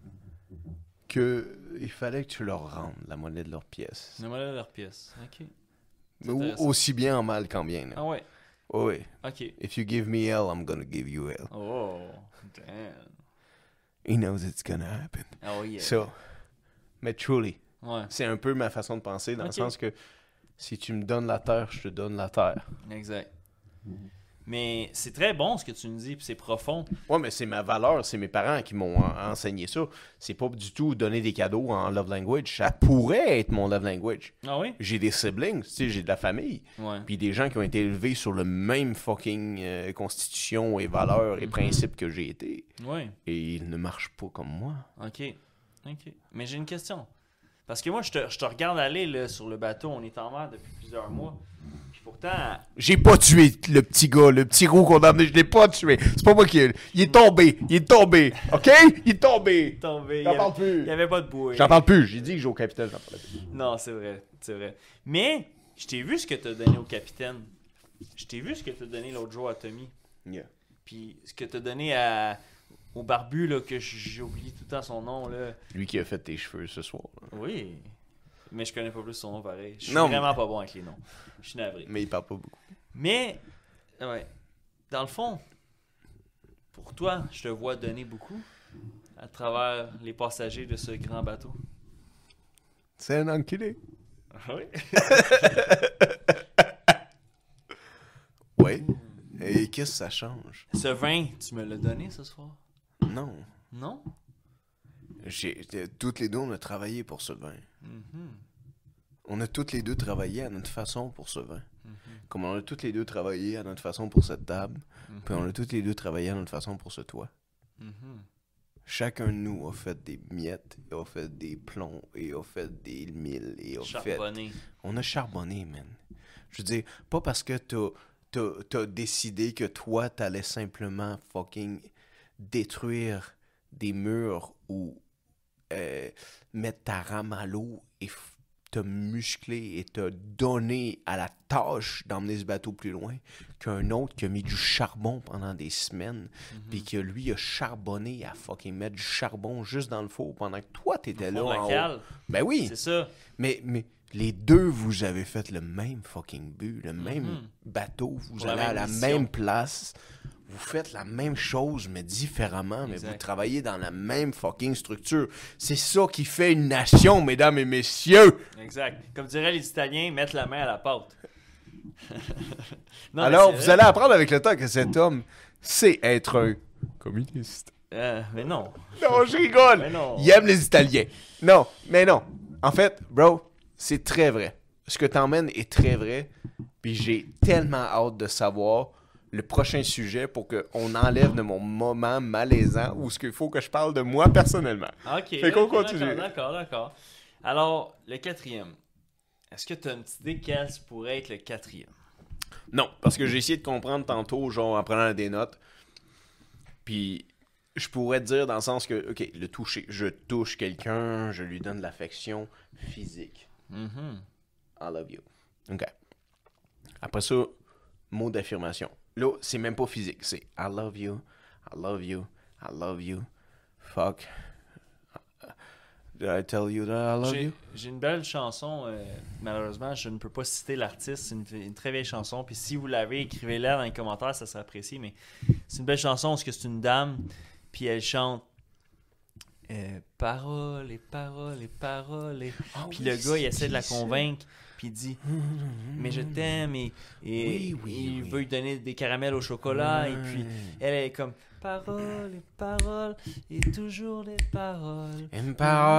Il fallait que tu leur rendes la monnaie de leur pièce. La monnaie de leur pièce, ok. Aussi bien en mal qu'en bien. Là. Ah ouais? Oh, oui. Ok. If you give me hell, I'm gonna give you hell. Oh, damn. He knows it's gonna happen. Oh yeah. So, mais truly, ouais. C'est un peu ma façon de penser dans le sens que si tu me donnes la terre, je te donne la terre. Exact. Mais c'est très bon ce que tu nous dis, puis c'est profond. Ouais, mais c'est ma valeur, c'est mes parents qui m'ont enseigné ça. C'est pas du tout donner des cadeaux en love language. Ça pourrait être mon love language. Ah oui? J'ai des siblings, tu sais, j'ai de la famille. Ouais. Puis des gens qui ont été élevés sur le même fucking constitution et valeurs et principes que j'ai été. Ouais. Et ils ne marchent pas comme moi. OK. Mais j'ai une question. Parce que moi, je te regarde aller là, sur le bateau. On est en mer depuis plusieurs mois. Puis pourtant... J'ai pas tué le petit gars, le petit gros qu'on a amené. Je l'ai pas tué. C'est pas moi qui... Il est tombé. OK? Il est tombé. J'en parle plus. Il n'y avait pas de bouée. J'en parle plus. J'ai dit que j'ai au capitaine, j'en parlais plus. Non, c'est vrai. Mais, je t'ai vu ce que t'as donné au capitaine. Je t'ai vu ce que t'as donné l'autre jour à Tommy. Yeah. Puis ce que t'as donné au barbu, là, que j'ai oublié tout le temps son nom, là. Lui qui a fait tes cheveux ce soir. Là. Oui. Mais je connais pas plus son nom pareil. Je suis vraiment pas bon avec les noms. Je suis navré. Mais il parle pas beaucoup. Mais, ouais. Dans le fond, pour toi, je te vois donner beaucoup à travers les passagers de ce grand bateau. C'est un enculé. Oui. Ouais. Et qu'est-ce que ça change? Ce vin, tu me l'as donné ce soir? Non. Non? Toutes les deux, on a travaillé pour ce vin. Mm-hmm. On a toutes les deux travaillé à notre façon pour ce vin. Comme on a toutes les deux travaillé à notre façon pour cette table. Puis on a toutes les deux travaillé à notre façon pour ce toit. Chacun de nous a fait des miettes, a fait des plombs, et a fait des milles, et a Charbonné. On a charbonné, man. Je veux dire, pas parce que t'as décidé que toi, t'allais simplement fucking détruire des murs ou mettre ta rame à l'eau et te muscler et te donner à la tâche d'emmener ce bateau plus loin qu'un autre qui a mis du charbon pendant des semaines puis que lui a charbonné à fucking mettre du charbon juste dans le four pendant que toi t'étais là en haut. Ben oui. C'est ça. Mais les deux, vous avez fait le même fucking but, le même bateau, vous allez à la même place. Vous faites la même chose, mais différemment, mais vous travaillez dans la même fucking structure. C'est ça qui fait une nation, mesdames et messieurs! Exact. Comme diraient les Italiens, mettre la main à la pâte. Non, alors, vous allez apprendre avec le temps que cet homme sait être un communiste. Mais non. Non, je rigole! Mais non. Il aime les Italiens. Non, mais non. En fait, bro, c'est très vrai. Ce que t'emmènes est très vrai, puis j'ai tellement hâte de savoir le prochain sujet pour qu'on enlève de mon moment malaisant où ce qu'il faut que je parle de moi personnellement. OK. Fait qu'on continue. D'accord. Alors, le quatrième. Est-ce que tu as une petite idée quel pourrait être le quatrième? Non, parce que j'ai essayé de comprendre tantôt, genre en prenant des notes. Puis je pourrais te dire dans le sens que, OK, le toucher. Je touche quelqu'un, je lui donne de l'affection physique. I love you. OK. Après ça, mot d'affirmation. Là, c'est même pas physique. C'est I love you, I love you, I love you. Fuck. Did I tell you that I love you? J'ai une belle chanson. Malheureusement, je ne peux pas citer l'artiste. C'est une très vieille chanson. Puis si vous l'avez, écrivez-la dans les commentaires, ça serait apprécié. Mais c'est une belle chanson parce que c'est une dame. Puis elle chante paroles et paroles et paroles. Puis le gars, il essaie de la convaincre. Puis il dit mais je t'aime et il veut lui donner des caramels au chocolat et puis elle est comme paroles et toujours des paroles. Une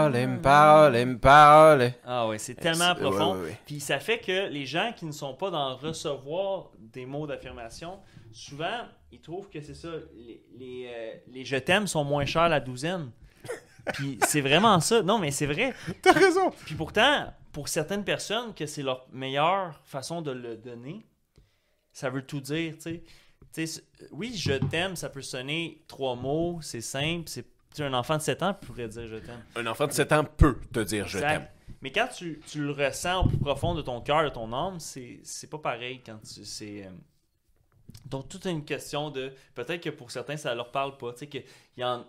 parole. Ah ouais, c'est tellement profond. Ouais. Puis ça fait que les gens qui ne sont pas dans recevoir des mots d'affirmation, souvent ils trouvent que c'est ça, les je t'aime sont moins chers à la douzaine. Puis c'est vraiment ça. Non, mais c'est vrai. T'as raison. Puis pourtant, pour certaines personnes, que c'est leur meilleure façon de le donner, ça veut tout dire, tu sais. Oui, je t'aime, ça peut sonner 3 mots, c'est simple. Un enfant de 7 ans pourrait dire je t'aime. Un enfant de 7 ans peut te dire je t'aime. Mais quand tu le ressens au plus profond de ton cœur, de ton âme, c'est pas pareil quand donc, toute une question de... Peut-être que pour certains, ça leur parle pas. Tu sais, il y en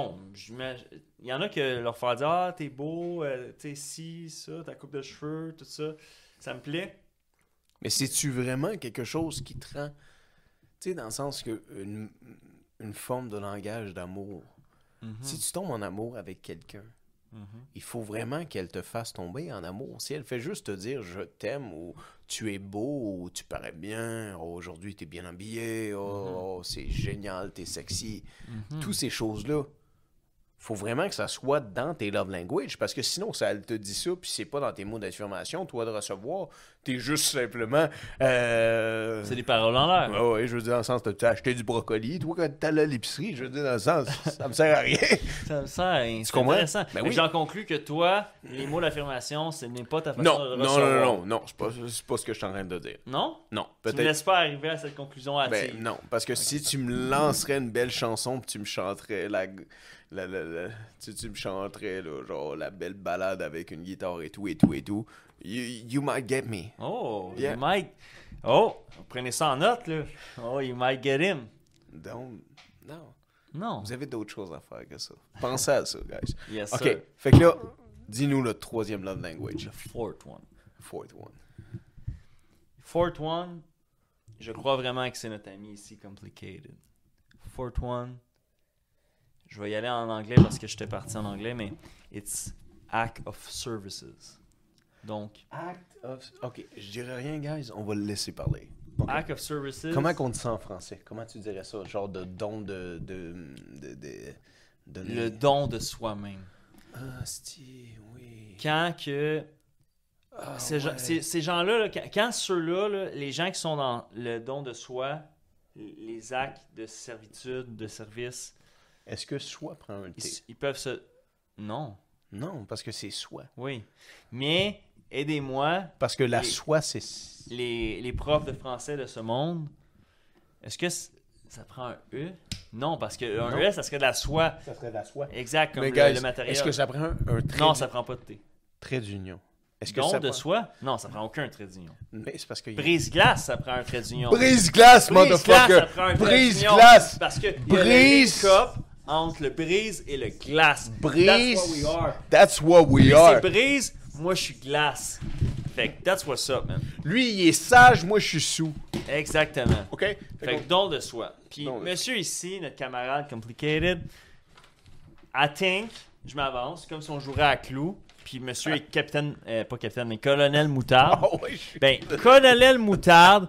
a que leur faire dire « Ah, t'es beau, tu sais, ci, ça, ta coupe de cheveux, tout ça, ça me plaît. » Mais c'est-tu vraiment quelque chose qui te rend... Tu sais, dans le sens que une forme de langage d'amour. Si tu tombes en amour avec quelqu'un, il faut vraiment qu'elle te fasse tomber en amour. Si elle fait juste te dire « je t'aime » ou « tu es beau » ou « tu parais bien » « oh, aujourd'hui t'es bien habillé » « oh, c'est génial, t'es sexy » Toutes ces choses-là, faut vraiment que ça soit dans tes love language parce que sinon, ça elle te dit ça puis c'est pas dans tes mots d'affirmation, toi de recevoir, t'es juste simplement... C'est des paroles en l'air. Ouais, je veux dire dans le sens, t'as acheté du brocoli, toi quand t'es allé à l'épicerie, je veux dire dans le sens, ça me sert à rien. Ça me sert, c'est intéressant. Ben oui. J'en conclus que toi, les mots d'affirmation, ce n'est pas ta façon de recevoir. Non, c'est pas ce que je suis en train de dire. Non? Non, peut-être. Tu me laisses pas arriver à cette conclusion hâtive. Ben non, parce que si tu me lancerais une belle chanson puis tu me chanterais tu me chanterais là, genre la belle balade avec une guitare et tout, you might get me. Oh, yeah. You might... Oh, prenez ça en note, là. Oh, you might get him. Non. Vous avez d'autres choses à faire que ça. Pensez à ça, guys. Yes, OK, sir. fait que là, dis-nous le troisième love language. The fourth one. Fourth one, je crois vraiment que c'est notre ami ici, Complicated. Fourth one, je vais y aller en anglais parce que j'étais parti en anglais, mais it's act of services. Donc... OK, je dirais rien, guys. On va le laisser parler. Okay. Act of services... Comment on dit ça en français? Comment tu dirais ça? Genre de don de le don de soi-même. Oui. Quand que Ces gens-là, là, quand ceux-là, là, les gens qui sont dans le don de soi, les actes de servitude, de service, Est-ce que soi prend un T? ils peuvent se... Non. Non, parce que c'est soi. Oui. Mais, aidez-moi, Parce que la Les- soi, c'est... les profs de français de ce monde, est-ce que ça prend un E? Non, parce qu'un Non. E, ça serait de la soie. Ça serait la soi. Exact, comme Mais le guys, matériel. est-ce que ça prend un trait, Non, ça prend pas de T. trait d'union? Est-ce que Don ça de prend... soi? Non, ça prend aucun trait d'union. Mais c'est parce que... Brise-glace, ça prend un trait d'union. Brise-glace, Brise-glace, ça prend un trait d'union. Brise-glace! Parce que Brise- il y a le link-up entre le brise et le glace. Brise- That's what we are. That's what we Lui, are. c'est brise, moi je suis glace. Fait que that's what's up, man. Lui, il est sage, moi, je suis sous. Exactement. OK? Fait Fait que don de soi. Puis Don de monsieur ici, notre camarade complicated, I think, je m'avance, comme si on jouerait à clou. Puis monsieur est capitaine, pas capitaine, mais colonel Moutarde. Oh, ouais, je suis... Ben, colonel Moutarde,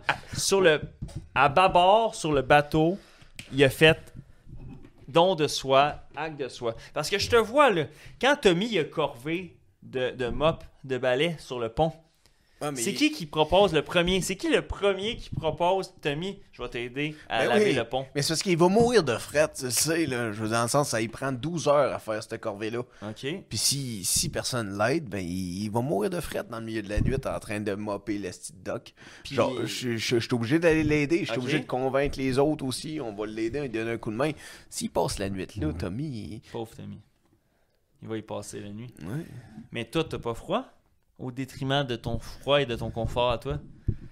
à bâbord, sur le bateau, il a fait don de soi, acte de soi. Parce que je te vois, là, quand Tommy il a corvé de mop, de balai sur le pont, Ah, mais c'est il- qui propose le premier? C'est qui le premier qui propose, Tommy, je vais t'aider à Ben laver oui. le pont? Mais c'est parce qu'il va mourir de fret, tu le sais, là. Je veux dire, dans le sens, ça y prend 12 heures à faire cette corvée-là. OK. Puis si personne l'aide, ben il va mourir de fret dans le milieu de la nuit en train de mopper le petit doc. Puis- Genre, je suis obligé d'aller l'aider. Je suis Ok. obligé de convaincre les autres aussi. On va l'aider, on lui donne un coup de main. S'il passe la nuit là, Tommy... Pauvre Tommy. Il va y passer la nuit. Ouais. Mais toi, t'as pas froid? Au détriment de ton froid et de ton confort à toi?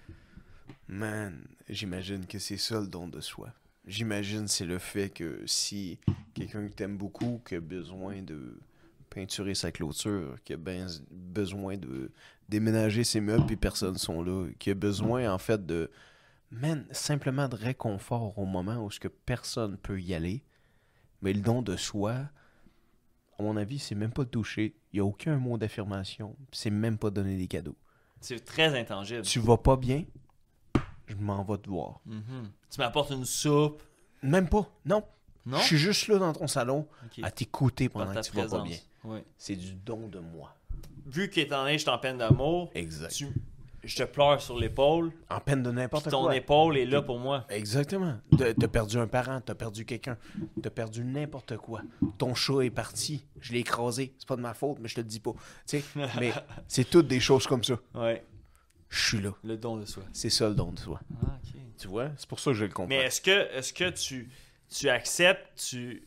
Man, j'imagine que c'est ça le don de soi. J'imagine c'est le fait que si quelqu'un que t'aimes beaucoup, qui a besoin de peinturer sa clôture, qui a besoin de déménager ses meubles puis personne sont là, qui a besoin en fait de simplement de réconfort au moment où ce que personne peut y aller, mais le don de soi, à mon avis, c'est même pas de toucher. Il n'y a aucun mot d'affirmation. C'est même pas donner des cadeaux. C'est très intangible. Tu vas pas bien? Je m'en vais te voir. Mhm. Tu m'apportes une soupe. Même pas. Non. Non? Je suis juste là dans ton salon Ok. à t'écouter Par pendant ta que tu vas pas présence. bien. Oui. C'est du don de moi. Vu qu'étant donné, je suis en peine d'amour, Exact. je te pleure sur l'épaule, En peine de puis n'importe ton quoi. épaule est là pour moi. Exactement. T'as perdu un parent, t'as perdu quelqu'un, t'as perdu n'importe quoi. Ton chat est parti, je l'ai écrasé. C'est pas de ma faute, mais je te le dis pas. Tu sais, mais c'est toutes des choses comme ça. Ouais. Je suis là. Le don de soi. C'est ça le don de soi. Ah, ok. Tu vois? C'est pour ça que je le comprends. Mais est-ce que tu acceptes,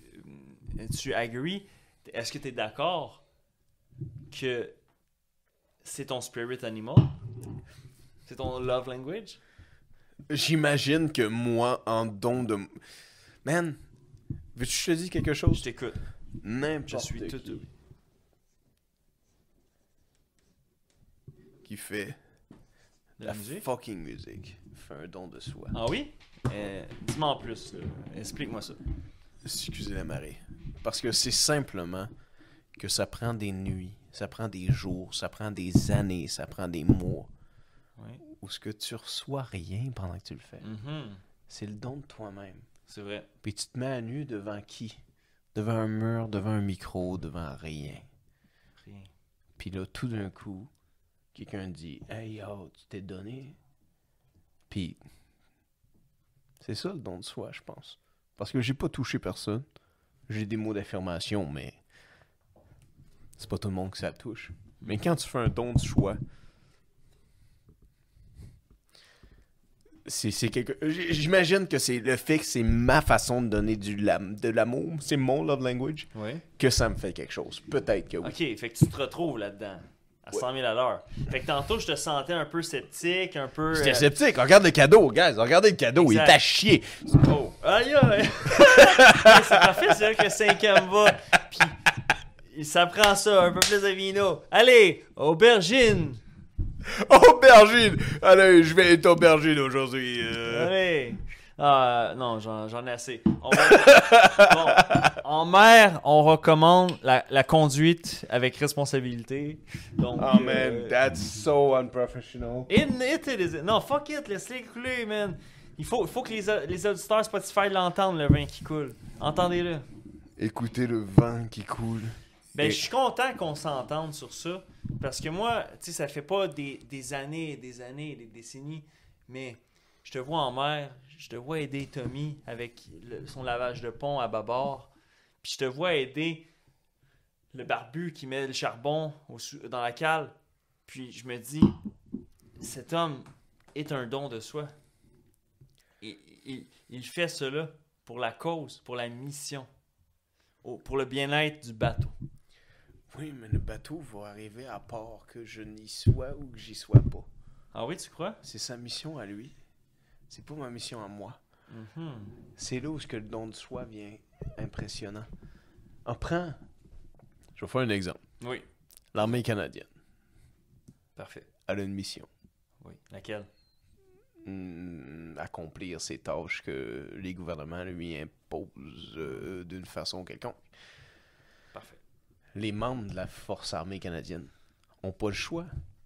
tu agrees, est-ce que tu es d'accord que c'est ton spirit animal? C'est ton love language? J'imagine que moi, en don de... Man, veux-tu que je te dise quelque chose? Je t'écoute. N'importe Je suis tout. qui fait De la la musique? fucking musique fait un don de soi. Ah oui? Dis-moi en plus. Explique-moi ça. Excusez la marée. Parce que c'est simplement que ça prend des nuits, ça prend des jours, ça prend des années, ça prend des mois Oui. où ce que tu reçois rien pendant que tu le fais. Mhm. C'est le don de toi-même. C'est vrai. Puis tu te mets à nu devant qui? Devant un mur, devant un micro, devant rien. Rien. Puis là, tout d'un coup, quelqu'un dit « Hey, yo, tu t'es donné? » Puis c'est ça le don de soi, je pense. Parce que j'ai pas touché personne. J'ai des mots d'affirmation, mais c'est pas tout le monde que ça touche. Mais quand tu fais un don de soi, c'est quelque... J'imagine que c'est le fait que c'est ma façon de donner de l'amour, c'est mon love language, Oui. que ça me fait quelque chose. Peut-être que oui. Ok, fait que tu te retrouves là-dedans. À 100 000 à l'heure. Fait que tantôt, je te sentais un peu sceptique, un peu... J'étais sceptique. Regarde le cadeau, guys. Regardez le cadeau. Il est Exact. à chier. Oh! Aïe aïe! Hey, c'est parfait, c'est là que le 5e va. Puis ça prend ça, un peu plus de vino. Allez, aubergine! Aubergine! Allez, je vais être aubergine aujourd'hui. Allez! Ah, non, j'en ai assez. Bon, en mer, on recommande la conduite avec responsabilité. Donc, Oh man, that's so unprofessional. Non, fuck it, laisse-les couler, man. Il faut que les auditeurs Spotify l'entendent, le vin qui coule. Entendez-le. Écoutez le vent qui coule. Ben, Et- je suis content qu'on s'entende sur ça. Parce que moi, tu sais, ça fait pas des années, des décennies, mais je te vois en mer, je te vois aider Tommy avec son lavage de pont à bâbord, puis je te vois aider le barbu qui met le charbon dans la cale, puis je me dis, cet homme est un don de soi. Il fait cela pour la cause, pour la mission, pour le bien-être du bateau. Oui, mais le bateau va arriver à part que je n'y sois ou que j'y sois pas. Ah oui, tu crois? C'est sa mission à lui. C'est pas ma mission à moi. Mm-hmm. C'est là où le don de soi vient impressionnant. Prends. Je vais faire un exemple. Oui. L'armée canadienne. Parfait. Elle a une mission. Oui. Laquelle? Accomplir ces tâches que les gouvernements lui imposent d'une façon quelconque. Parfait. Les membres de la force armée canadienne n'ont pas le choix.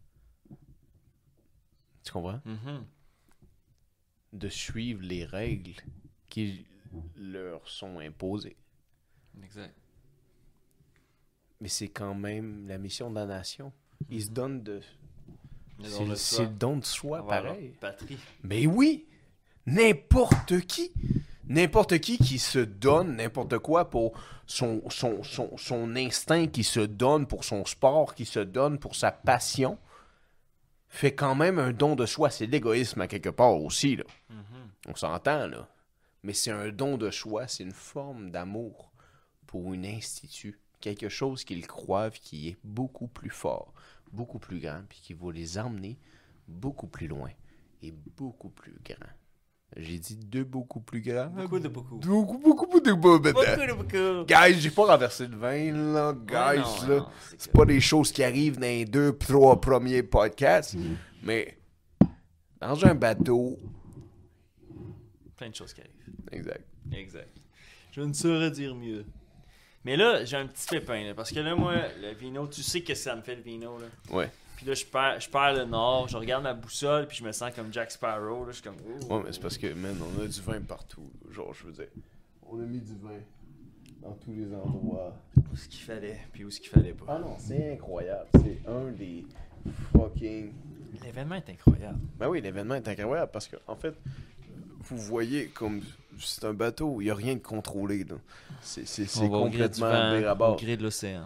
Tu comprends? Mm-hmm. De suivre les règles qui leur sont imposées. Exact. Mais c'est quand même la mission de la nation. Ils se donnent de... Le C'est le don de soi, avoir pareil. Patrie. Mais oui! N'importe qui! N'importe qui se donne n'importe quoi pour son instinct, qui se donne pour son sport, qui se donne pour sa passion, fait quand même un don de soi. C'est l'égoïsme à quelque part aussi, là. Mm-hmm. On s'entend, là. Mais c'est un don de soi, c'est une forme d'amour pour un institut. Quelque chose qu'ils croient qui est beaucoup plus fort, beaucoup plus grand, puis qui va les emmener beaucoup plus loin et beaucoup plus grand. J'ai dit deux beaucoup plus grands. Beaucoup de beaucoup. Beaucoup de Beaucoup. Guys, j'ai pas renversé le vin, là. Guys, Ouais, là. non, C'est pas des choses qui arrivent dans les 2-3 premiers podcasts. Mais dans un bateau. Plein de choses qui arrivent. Exact. Je ne saurais dire mieux. Mais là, j'ai un petit pépin, là, parce que là, moi, le vino, tu sais que ça me fait le vino, là. Ouais. Puis là, je perds le nord, je regarde ma boussole, puis je me sens comme Jack Sparrow, là, je suis comme... Oh. Ouais, mais c'est parce que, man, on a du vin partout. Genre, je veux dire, on a mis du vin dans tous les endroits. Où ce qu'il fallait, puis où ce qu'il fallait pas. Ah non, c'est incroyable. C'est un des fucking... L'événement est incroyable. Ben oui, l'événement est incroyable parce que, en fait, vous voyez comme c'est un bateau, il n'y a rien de contrôlé, là. C'est complètement dérabord. Au gré de l'océan.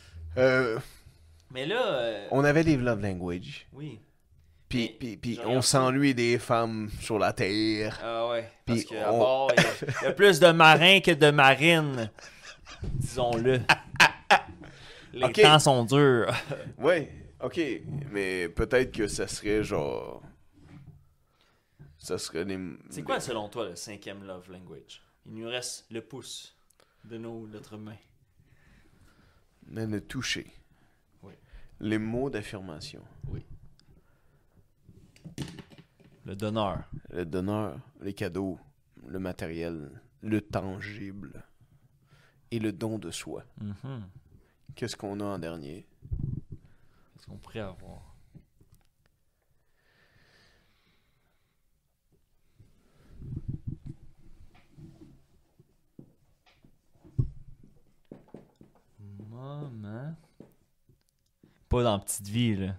Mais là... On avait les love language. Oui. Puis on s'ennuie des femmes sur la terre. Ah ouais, parce Puis qu'à bord, il y a plus de marins que de marines. Disons-le. Les temps sont durs. Ouais, ok. Mais peut-être que ça serait genre... Ça serait des... C'est quoi, selon toi, le 5e love language? Il nous reste le pouce de notre main. Mais le toucher. Oui. Les mots d'affirmation. Oui. Le donneur. Le donneur, les cadeaux, le matériel, le tangible et le don de soi. Mm-hmm. Qu'est-ce qu'on a en dernier? Qu'est-ce qu'on pourrait avoir? Maman. Pas dans Petite Vie, là.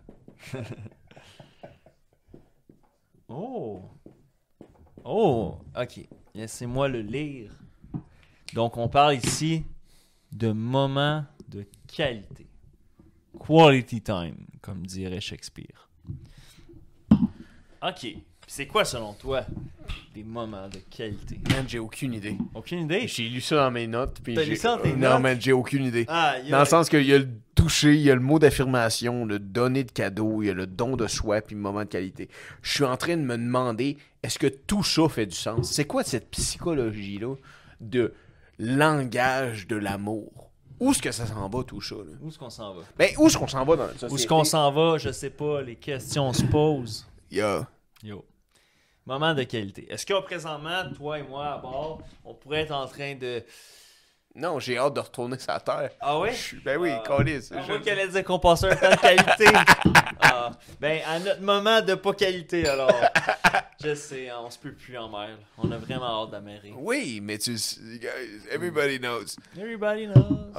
Oh! Oh! Ok. Laissez-moi le lire. Donc, on parle ici de moments de qualité. Quality time, comme dirait Shakespeare. Ok. Puis c'est quoi, selon toi, des moments de qualité? Man, j'ai aucune idée. Aucune idée? J'ai lu ça dans mes notes. Puis T'as lu ça dans tes non, notes? man, j'ai aucune idée. Ah, Dans le sens qu'il y a le toucher, il y a le mot d'affirmation, le donner de cadeau, il y a le don de soi, puis le moment de qualité. Je suis en train de me demander, est-ce que tout ça fait du sens? C'est quoi cette psychologie-là de langage de l'amour? Où est-ce que ça s'en va, tout ça? Là? Où est-ce qu'on s'en va? Ben, où est-ce qu'on s'en va dans la société? Où est-ce qu'on s'en va? Je sais pas. Les questions se posent. Yeah. Yo. Moment de qualité. Est-ce que présentement, toi et moi à bord, on pourrait être en train de... Non, j'ai hâte de retourner sur la terre. Ah ouais? Ben oui, câlisse. Moi qui allais dire qu'on passait un temps de qualité. Ben, à notre moment de pas qualité, alors. Je sais, on se peut plus en mer. On a vraiment hâte d'amérer. Oui, mais guys, everybody knows. Everybody knows. OK,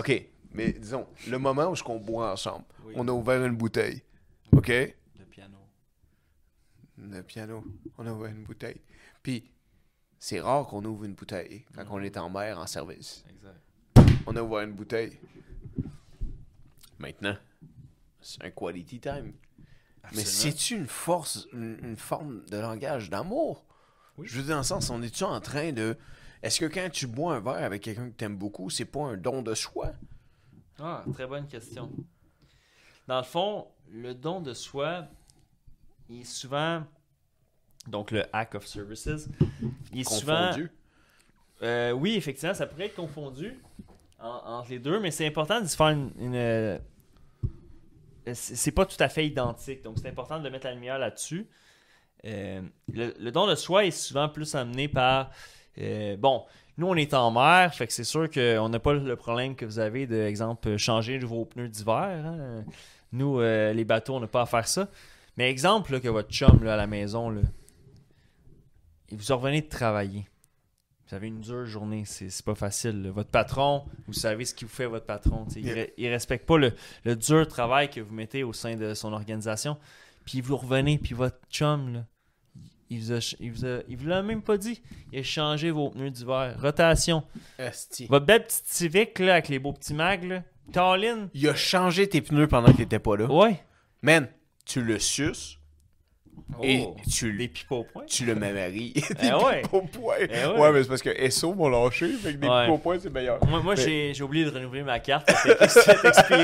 mais disons, le moment où on boit ensemble, Oui. on a ouvert une bouteille. OK? Le piano. Le piano, on a ouvert une bouteille. Puis, c'est rare qu'on ouvre une bouteille quand on est en mer en service. Exact. On a ouvert une bouteille. Maintenant, c'est un quality time. Mais c'est-tu une force, une forme de langage d'amour? Oui. Je veux dire, dans le sens, on est-tu en train de... Est-ce que quand tu bois un verre avec quelqu'un que t'aimes beaucoup, c'est pas un don de soi? Ah, très bonne question. Dans le fond, le don de soi, il est souvent... Donc, le act of services, il est Confondu. souvent... oui, effectivement, ça pourrait être confondu entre les deux, mais c'est important de se faire une c'est pas tout à fait identique, donc c'est important de mettre la lumière là-dessus. Le don de soi est souvent plus amené par... bon, nous, on est en mer, fait que c'est sûr qu'on n'a pas le problème que vous avez, de exemple, changer vos pneus d'hiver. Hein. Nous, les bateaux, on n'a pas à faire ça. Mais exemple, là, que votre chum là, à la maison, là, et vous revenez de travailler. Vous avez une dure journée, c'est pas facile. Là. Votre patron, vous savez ce qu'il vous fait, votre patron. Il respecte pas le dur travail que vous mettez au sein de son organisation. Puis vous revenez, puis votre chum, là, il vous l'a même pas dit. Il a changé vos pneus d'hiver. Rotation. Esti. Votre belle petite Civic là, avec les beaux petits mags, là. Colin. Il a changé tes pneus pendant que t'étais pas là. Ouais. Man, tu le suces et des pipes au point. tu le maries. Des ouais. pipes au point. Ouais. Ouais, mais c'est parce que SO m'ont lâché, fait que des pipes au point, c'est meilleur. Moi Mais- j'ai oublié de renouveler ma carte. C'est expiré.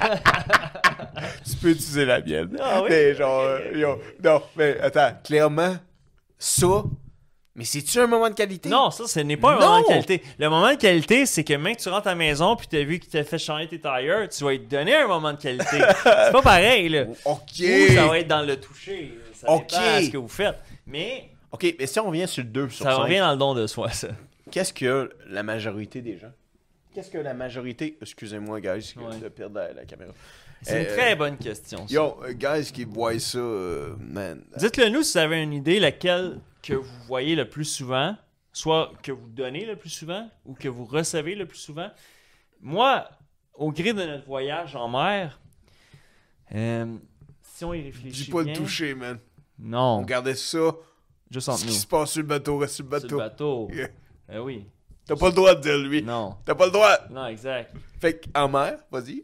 Tu peux utiliser la mienne. Ah oui? Mais genre, non, mais attends, clairement, ça, mais c'est-tu un moment de qualité? Non, ça, ce n'est pas un Non! moment de qualité. Le moment de qualité, c'est que même que tu rentres à la maison puis tu as vu qu'il t'a fait changer tes tires, tu vas lui donner un moment de qualité. C'est pas pareil, là. OK. Ou ça va être dans le toucher. Ça OK. dépend de ce que vous faites. Mais OK, mais si on revient sur le 2 sur ça 5, revient dans le don de soi, ça. qu'est-ce que la majorité des gens? Qu'est-ce que la majorité... Excusez-moi, guys, Ouais. de perdre la caméra. C'est une très bonne question, ça. Yo, guys qui voient ça, man... Dites-le nous si vous avez une idée laquelle que vous voyez le plus souvent, soit que vous donnez le plus souvent ou que vous recevez le plus souvent. Moi, au gré de notre voyage en mer, si on y réfléchit Dis pas bien... de toucher, man. Non, On gardait ça. juste entre Ce nous. qui se passe sur le bateau reste sur le Sur le bateau. bateau. Yeah. Oui. T'as pas le droit de dire, lui. Non. T'as pas le droit. Non, exact. Fait qu'en mer, vas-y.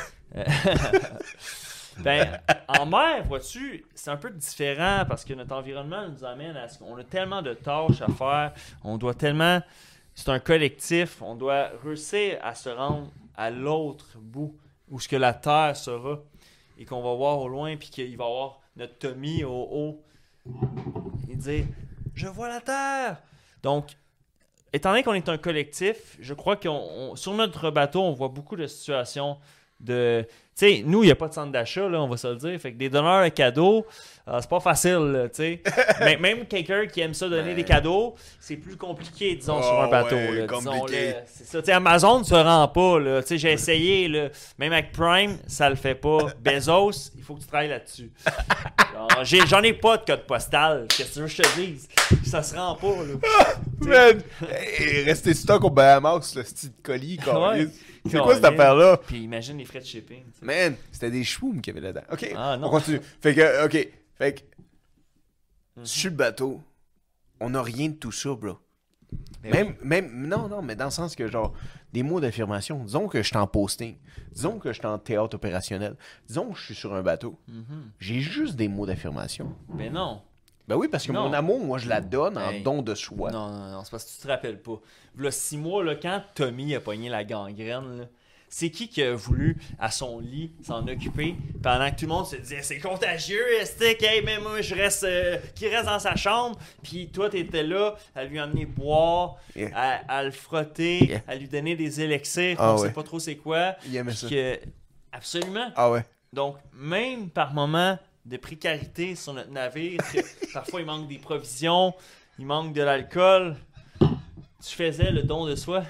Ben, en mer, vois-tu, c'est un peu différent parce que notre environnement nous amène à ce qu'on a tellement de tâches à faire, on doit tellement, c'est un collectif, on doit réussir à se rendre à l'autre bout où ce que la terre sera et qu'on va voir au loin puis qu'il va y avoir notre Tommy au haut et dire « Je vois la terre! » Donc, étant donné qu'on est un collectif, je crois sur notre bateau, on voit beaucoup de situations de... Tu sais, nous, il n'y a pas de centre d'achat, là, on va se le dire. Fait que des donneurs de cadeaux, c'est pas facile, là, tu sais. Mais même quelqu'un qui aime ça donner des cadeaux, c'est plus compliqué, disons, sur un bateau. ouais, Là, compliqué. c'est ça. Tu sais, Amazon ne se rend pas, là. Tu sais, j'ai essayé, là. Même avec Prime, ça le fait pas. Bezos, il faut que tu travailles là-dessus. Alors, j'en ai pas de code postal. Qu'est-ce que tu veux que je te dise? Ça se rend pas, là. Man! Et rester stock au Bahamas, le style de colis, quoi. Ouais. C'est quoi cette affaire-là? Puis imagine les frais de shipping. Tu sais. Man, c'était des choux qu'il y avait là-dedans. OK, Ah, non. on continue. Fait que, OK. Fait que, sur le bateau, on n'a rien de tout ça, bro. Ben Non, mais dans le sens que, genre, des mots d'affirmation. Disons que je suis en posting. Disons que je suis en théâtre opérationnel. Disons que je suis sur un bateau. J'ai juste des mots d'affirmation. Ben non. Ben oui, parce que Non. mon amour, moi, je la donne en Hey. don de soi. Non, c'est parce que tu te rappelles pas. Là, 6 mois, là, quand Tommy a pogné la gangrène, là, c'est qui a voulu, à son lit, s'en occuper pendant que tout le monde se disait c'est contagieux, Estic, hey, mais moi, je reste, qu'il reste dans sa chambre. Puis toi, t'étais là à lui emmener boire, Yeah. à le frotter, Yeah. à lui donner des élixirs, Ah on ouais. sait pas trop c'est quoi. Il aimait Puis ça. que- absolument. Ah ouais. Donc, même par moments de précarité sur notre navire, que parfois il manque des provisions, il manque de l'alcool, tu faisais le don de soi.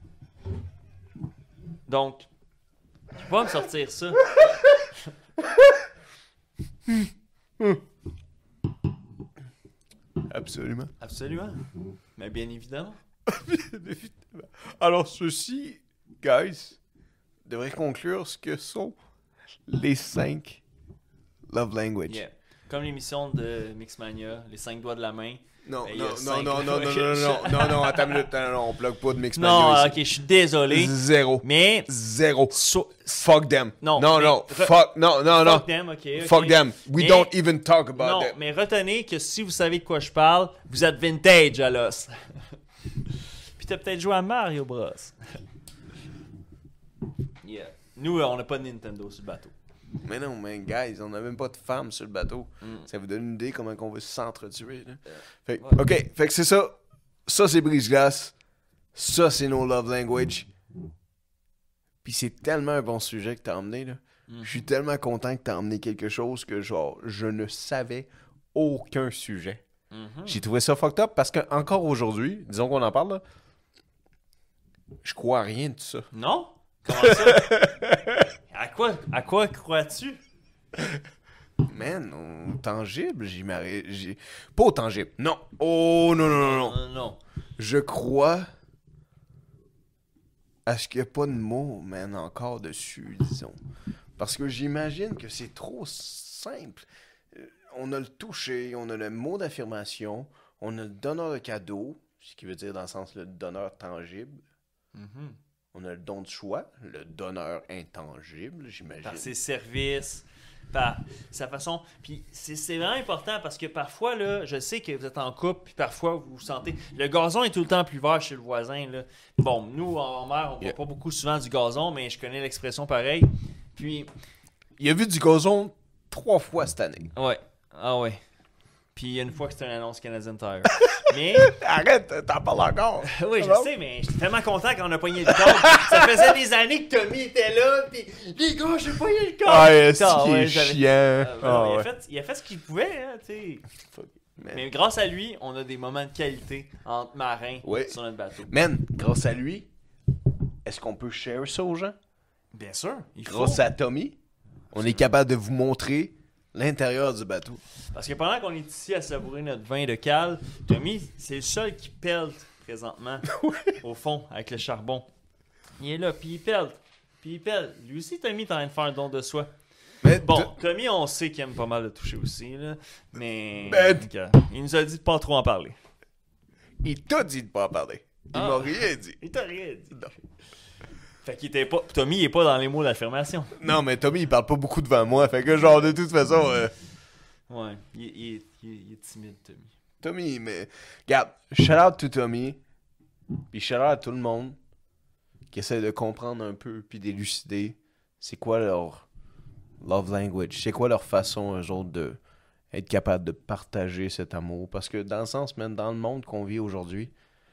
Donc, tu peux pas me sortir ça. Absolument. Absolument. Mais bien évidemment. Alors, ceci, guys, devrait conclure ce que sont les 5 love language. Yeah. Comme l'émission de Mixmania, les 5 doigts de la main. Non, Ben, il y a non, non, cinq non, non, non, languages. non, attends une minute, non, on plug pas de Mixmania Non, ici. ok, je suis désolé. Zéro. Mais. Zéro. Fuck them. Non, Non, mais non, fuck, non, non, non. Fuck them, ok. Fuck them. We Mais- don't even talk about Non, them. mais retenez que si vous savez de quoi je parle, vous êtes vintage à l'os. Puis t'as peut-être joué à Mario Bros. Yeah. Nous, on n'a pas de Nintendo sur le bateau. Mais non, man, guys, on n'a même pas de femmes sur le bateau. Ça vous donne une idée comment on veut s'entretuer, là. Fait que, Ouais. OK, fait que c'est ça. Ça, c'est brise-glace. Ça, c'est nos love language. Puis c'est tellement un bon sujet que t'as emmené, là. Je suis tellement content que t'as emmené quelque chose que, genre, je ne savais aucun sujet. J'ai trouvé ça fucked up parce que encore aujourd'hui, disons qu'on en parle, là, je crois à rien de tout ça. Non? Comment ça? À quoi crois-tu? Man, au tangible, pas au tangible, non. Oh, non, non, non, non. Non. Je crois à ce qu'il n'y a pas de mots, man, encore dessus, disons. Parce que j'imagine que c'est trop simple. On a le toucher, on a le mot d'affirmation, on a le donneur de cadeau, ce qui veut dire dans le sens le donneur tangible. On a le don de choix, le donneur intangible, j'imagine. Par ses services, par sa façon. Puis c'est vraiment important parce que parfois, là, je sais que vous êtes en couple, puis parfois vous vous sentez. Le gazon est tout le temps plus vert chez le voisin. Là. Bon, nous, en mer, on voit pas beaucoup souvent du gazon, mais je connais l'expression pareil. Puis. Il a vu du gazon 3 fois cette année. Ouais. Ah ouais. Puis il y a une fois que c'était une annonce Canadian Tire. Mais. Arrête, t'en parles encore. Oui, je sais, mais j'étais tellement content quand on a pogné le code. Ça faisait des années que Tommy était là, puis les gars, j'ai pogné le code. Ah, c'est Ah, qui ouais, est j'avais- chiant. Ah, Ah, il a fait ce qu'il pouvait, hein, tu sais. Man. Mais grâce à lui, on a des moments de qualité entre marins Ouais. sur notre bateau. Man, grâce à lui, est-ce qu'on peut share ça aux gens? Bien sûr, il faut. Grâce à Tommy, on est capable de vous montrer l'intérieur du bateau. Parce que pendant qu'on est ici à savourer notre vin de cale, Tommy, c'est le seul qui pèle présentement au fond avec le charbon. Il est là, puis il pèle. Puis il pèle. Lui aussi, Tommy, t'es en train de faire un don de soi. Mais Bon, Tommy, on sait qu'il aime pas mal le toucher aussi, là. Mais. Ben- Ok. Il nous a dit de pas trop en parler. il t'a dit de pas en parler. Il m'a rien dit. Il t'a rien dit. Non. Fait qu'il était pas. Tommy, il est pas dans les mots d'affirmation. Non, mais Tommy, il parle pas beaucoup devant moi. Fait que, genre, de toute façon, Ouais. Il est timide, Tommy. Tommy, mais. Regarde, shout out to Tommy. Puis shout out à tout le monde qui essaie de comprendre un peu, puis d'élucider c'est quoi leur love language. C'est quoi leur façon, eux autres, de être capable de partager cet amour. Parce que, dans le sens, même dans le monde qu'on vit aujourd'hui,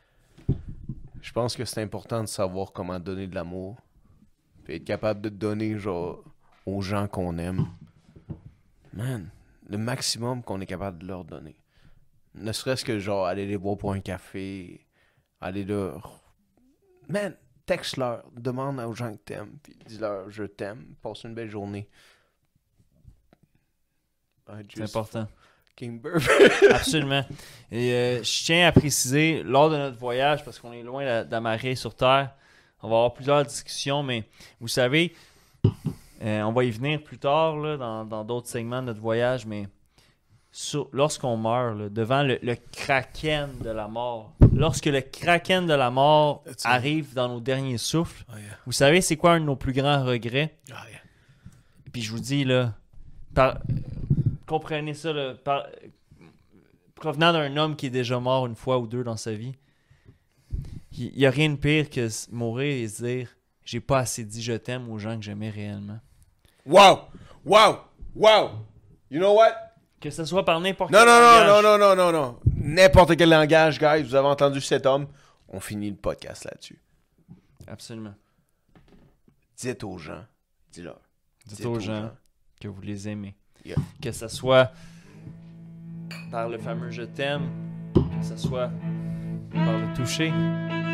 je pense que c'est important de savoir comment donner de l'amour. Puis être capable de donner, genre, aux gens qu'on aime. Man, le maximum qu'on est capable de leur donner. Ne serait-ce que, genre, aller les voir pour un café, aller leur... Man, texte-leur, demande aux gens que t'aimes, puis dis-leur « je t'aime, passe une belle journée ». C'est important. King Burp. Absolument. Et je tiens à préciser, lors de notre voyage, parce qu'on est loin d'amarrer sur Terre, on va avoir plusieurs discussions, mais vous savez, on va y venir plus tard là, dans d'autres segments de notre voyage, mais lorsqu'on meurt, là, devant le kraken de la mort, lorsque le kraken de la mort arrive dans nos derniers souffles, Oh, yeah. vous savez c'est quoi un de nos plus grands regrets? Oh, yeah. Puis je vous dis, là, comprenez ça, là, provenant d'un homme qui est déjà mort une fois ou deux dans sa vie, il n'y a rien de pire que mourir et se dire « J'ai pas assez dit je t'aime aux gens que j'aimais réellement. Wow! Wow! Wow! You know what? » Que ce soit par n'importe Non, quel non, langage. non, non, non, non, non. N'importe quel langage, guys, vous avez entendu cet homme. On finit le podcast là-dessus. Absolument. Dites aux gens. Dis-leur. Dites aux gens que vous les aimez. Yeah. Que ce soit par le fameux je t'aime, que ce soit par le toucher,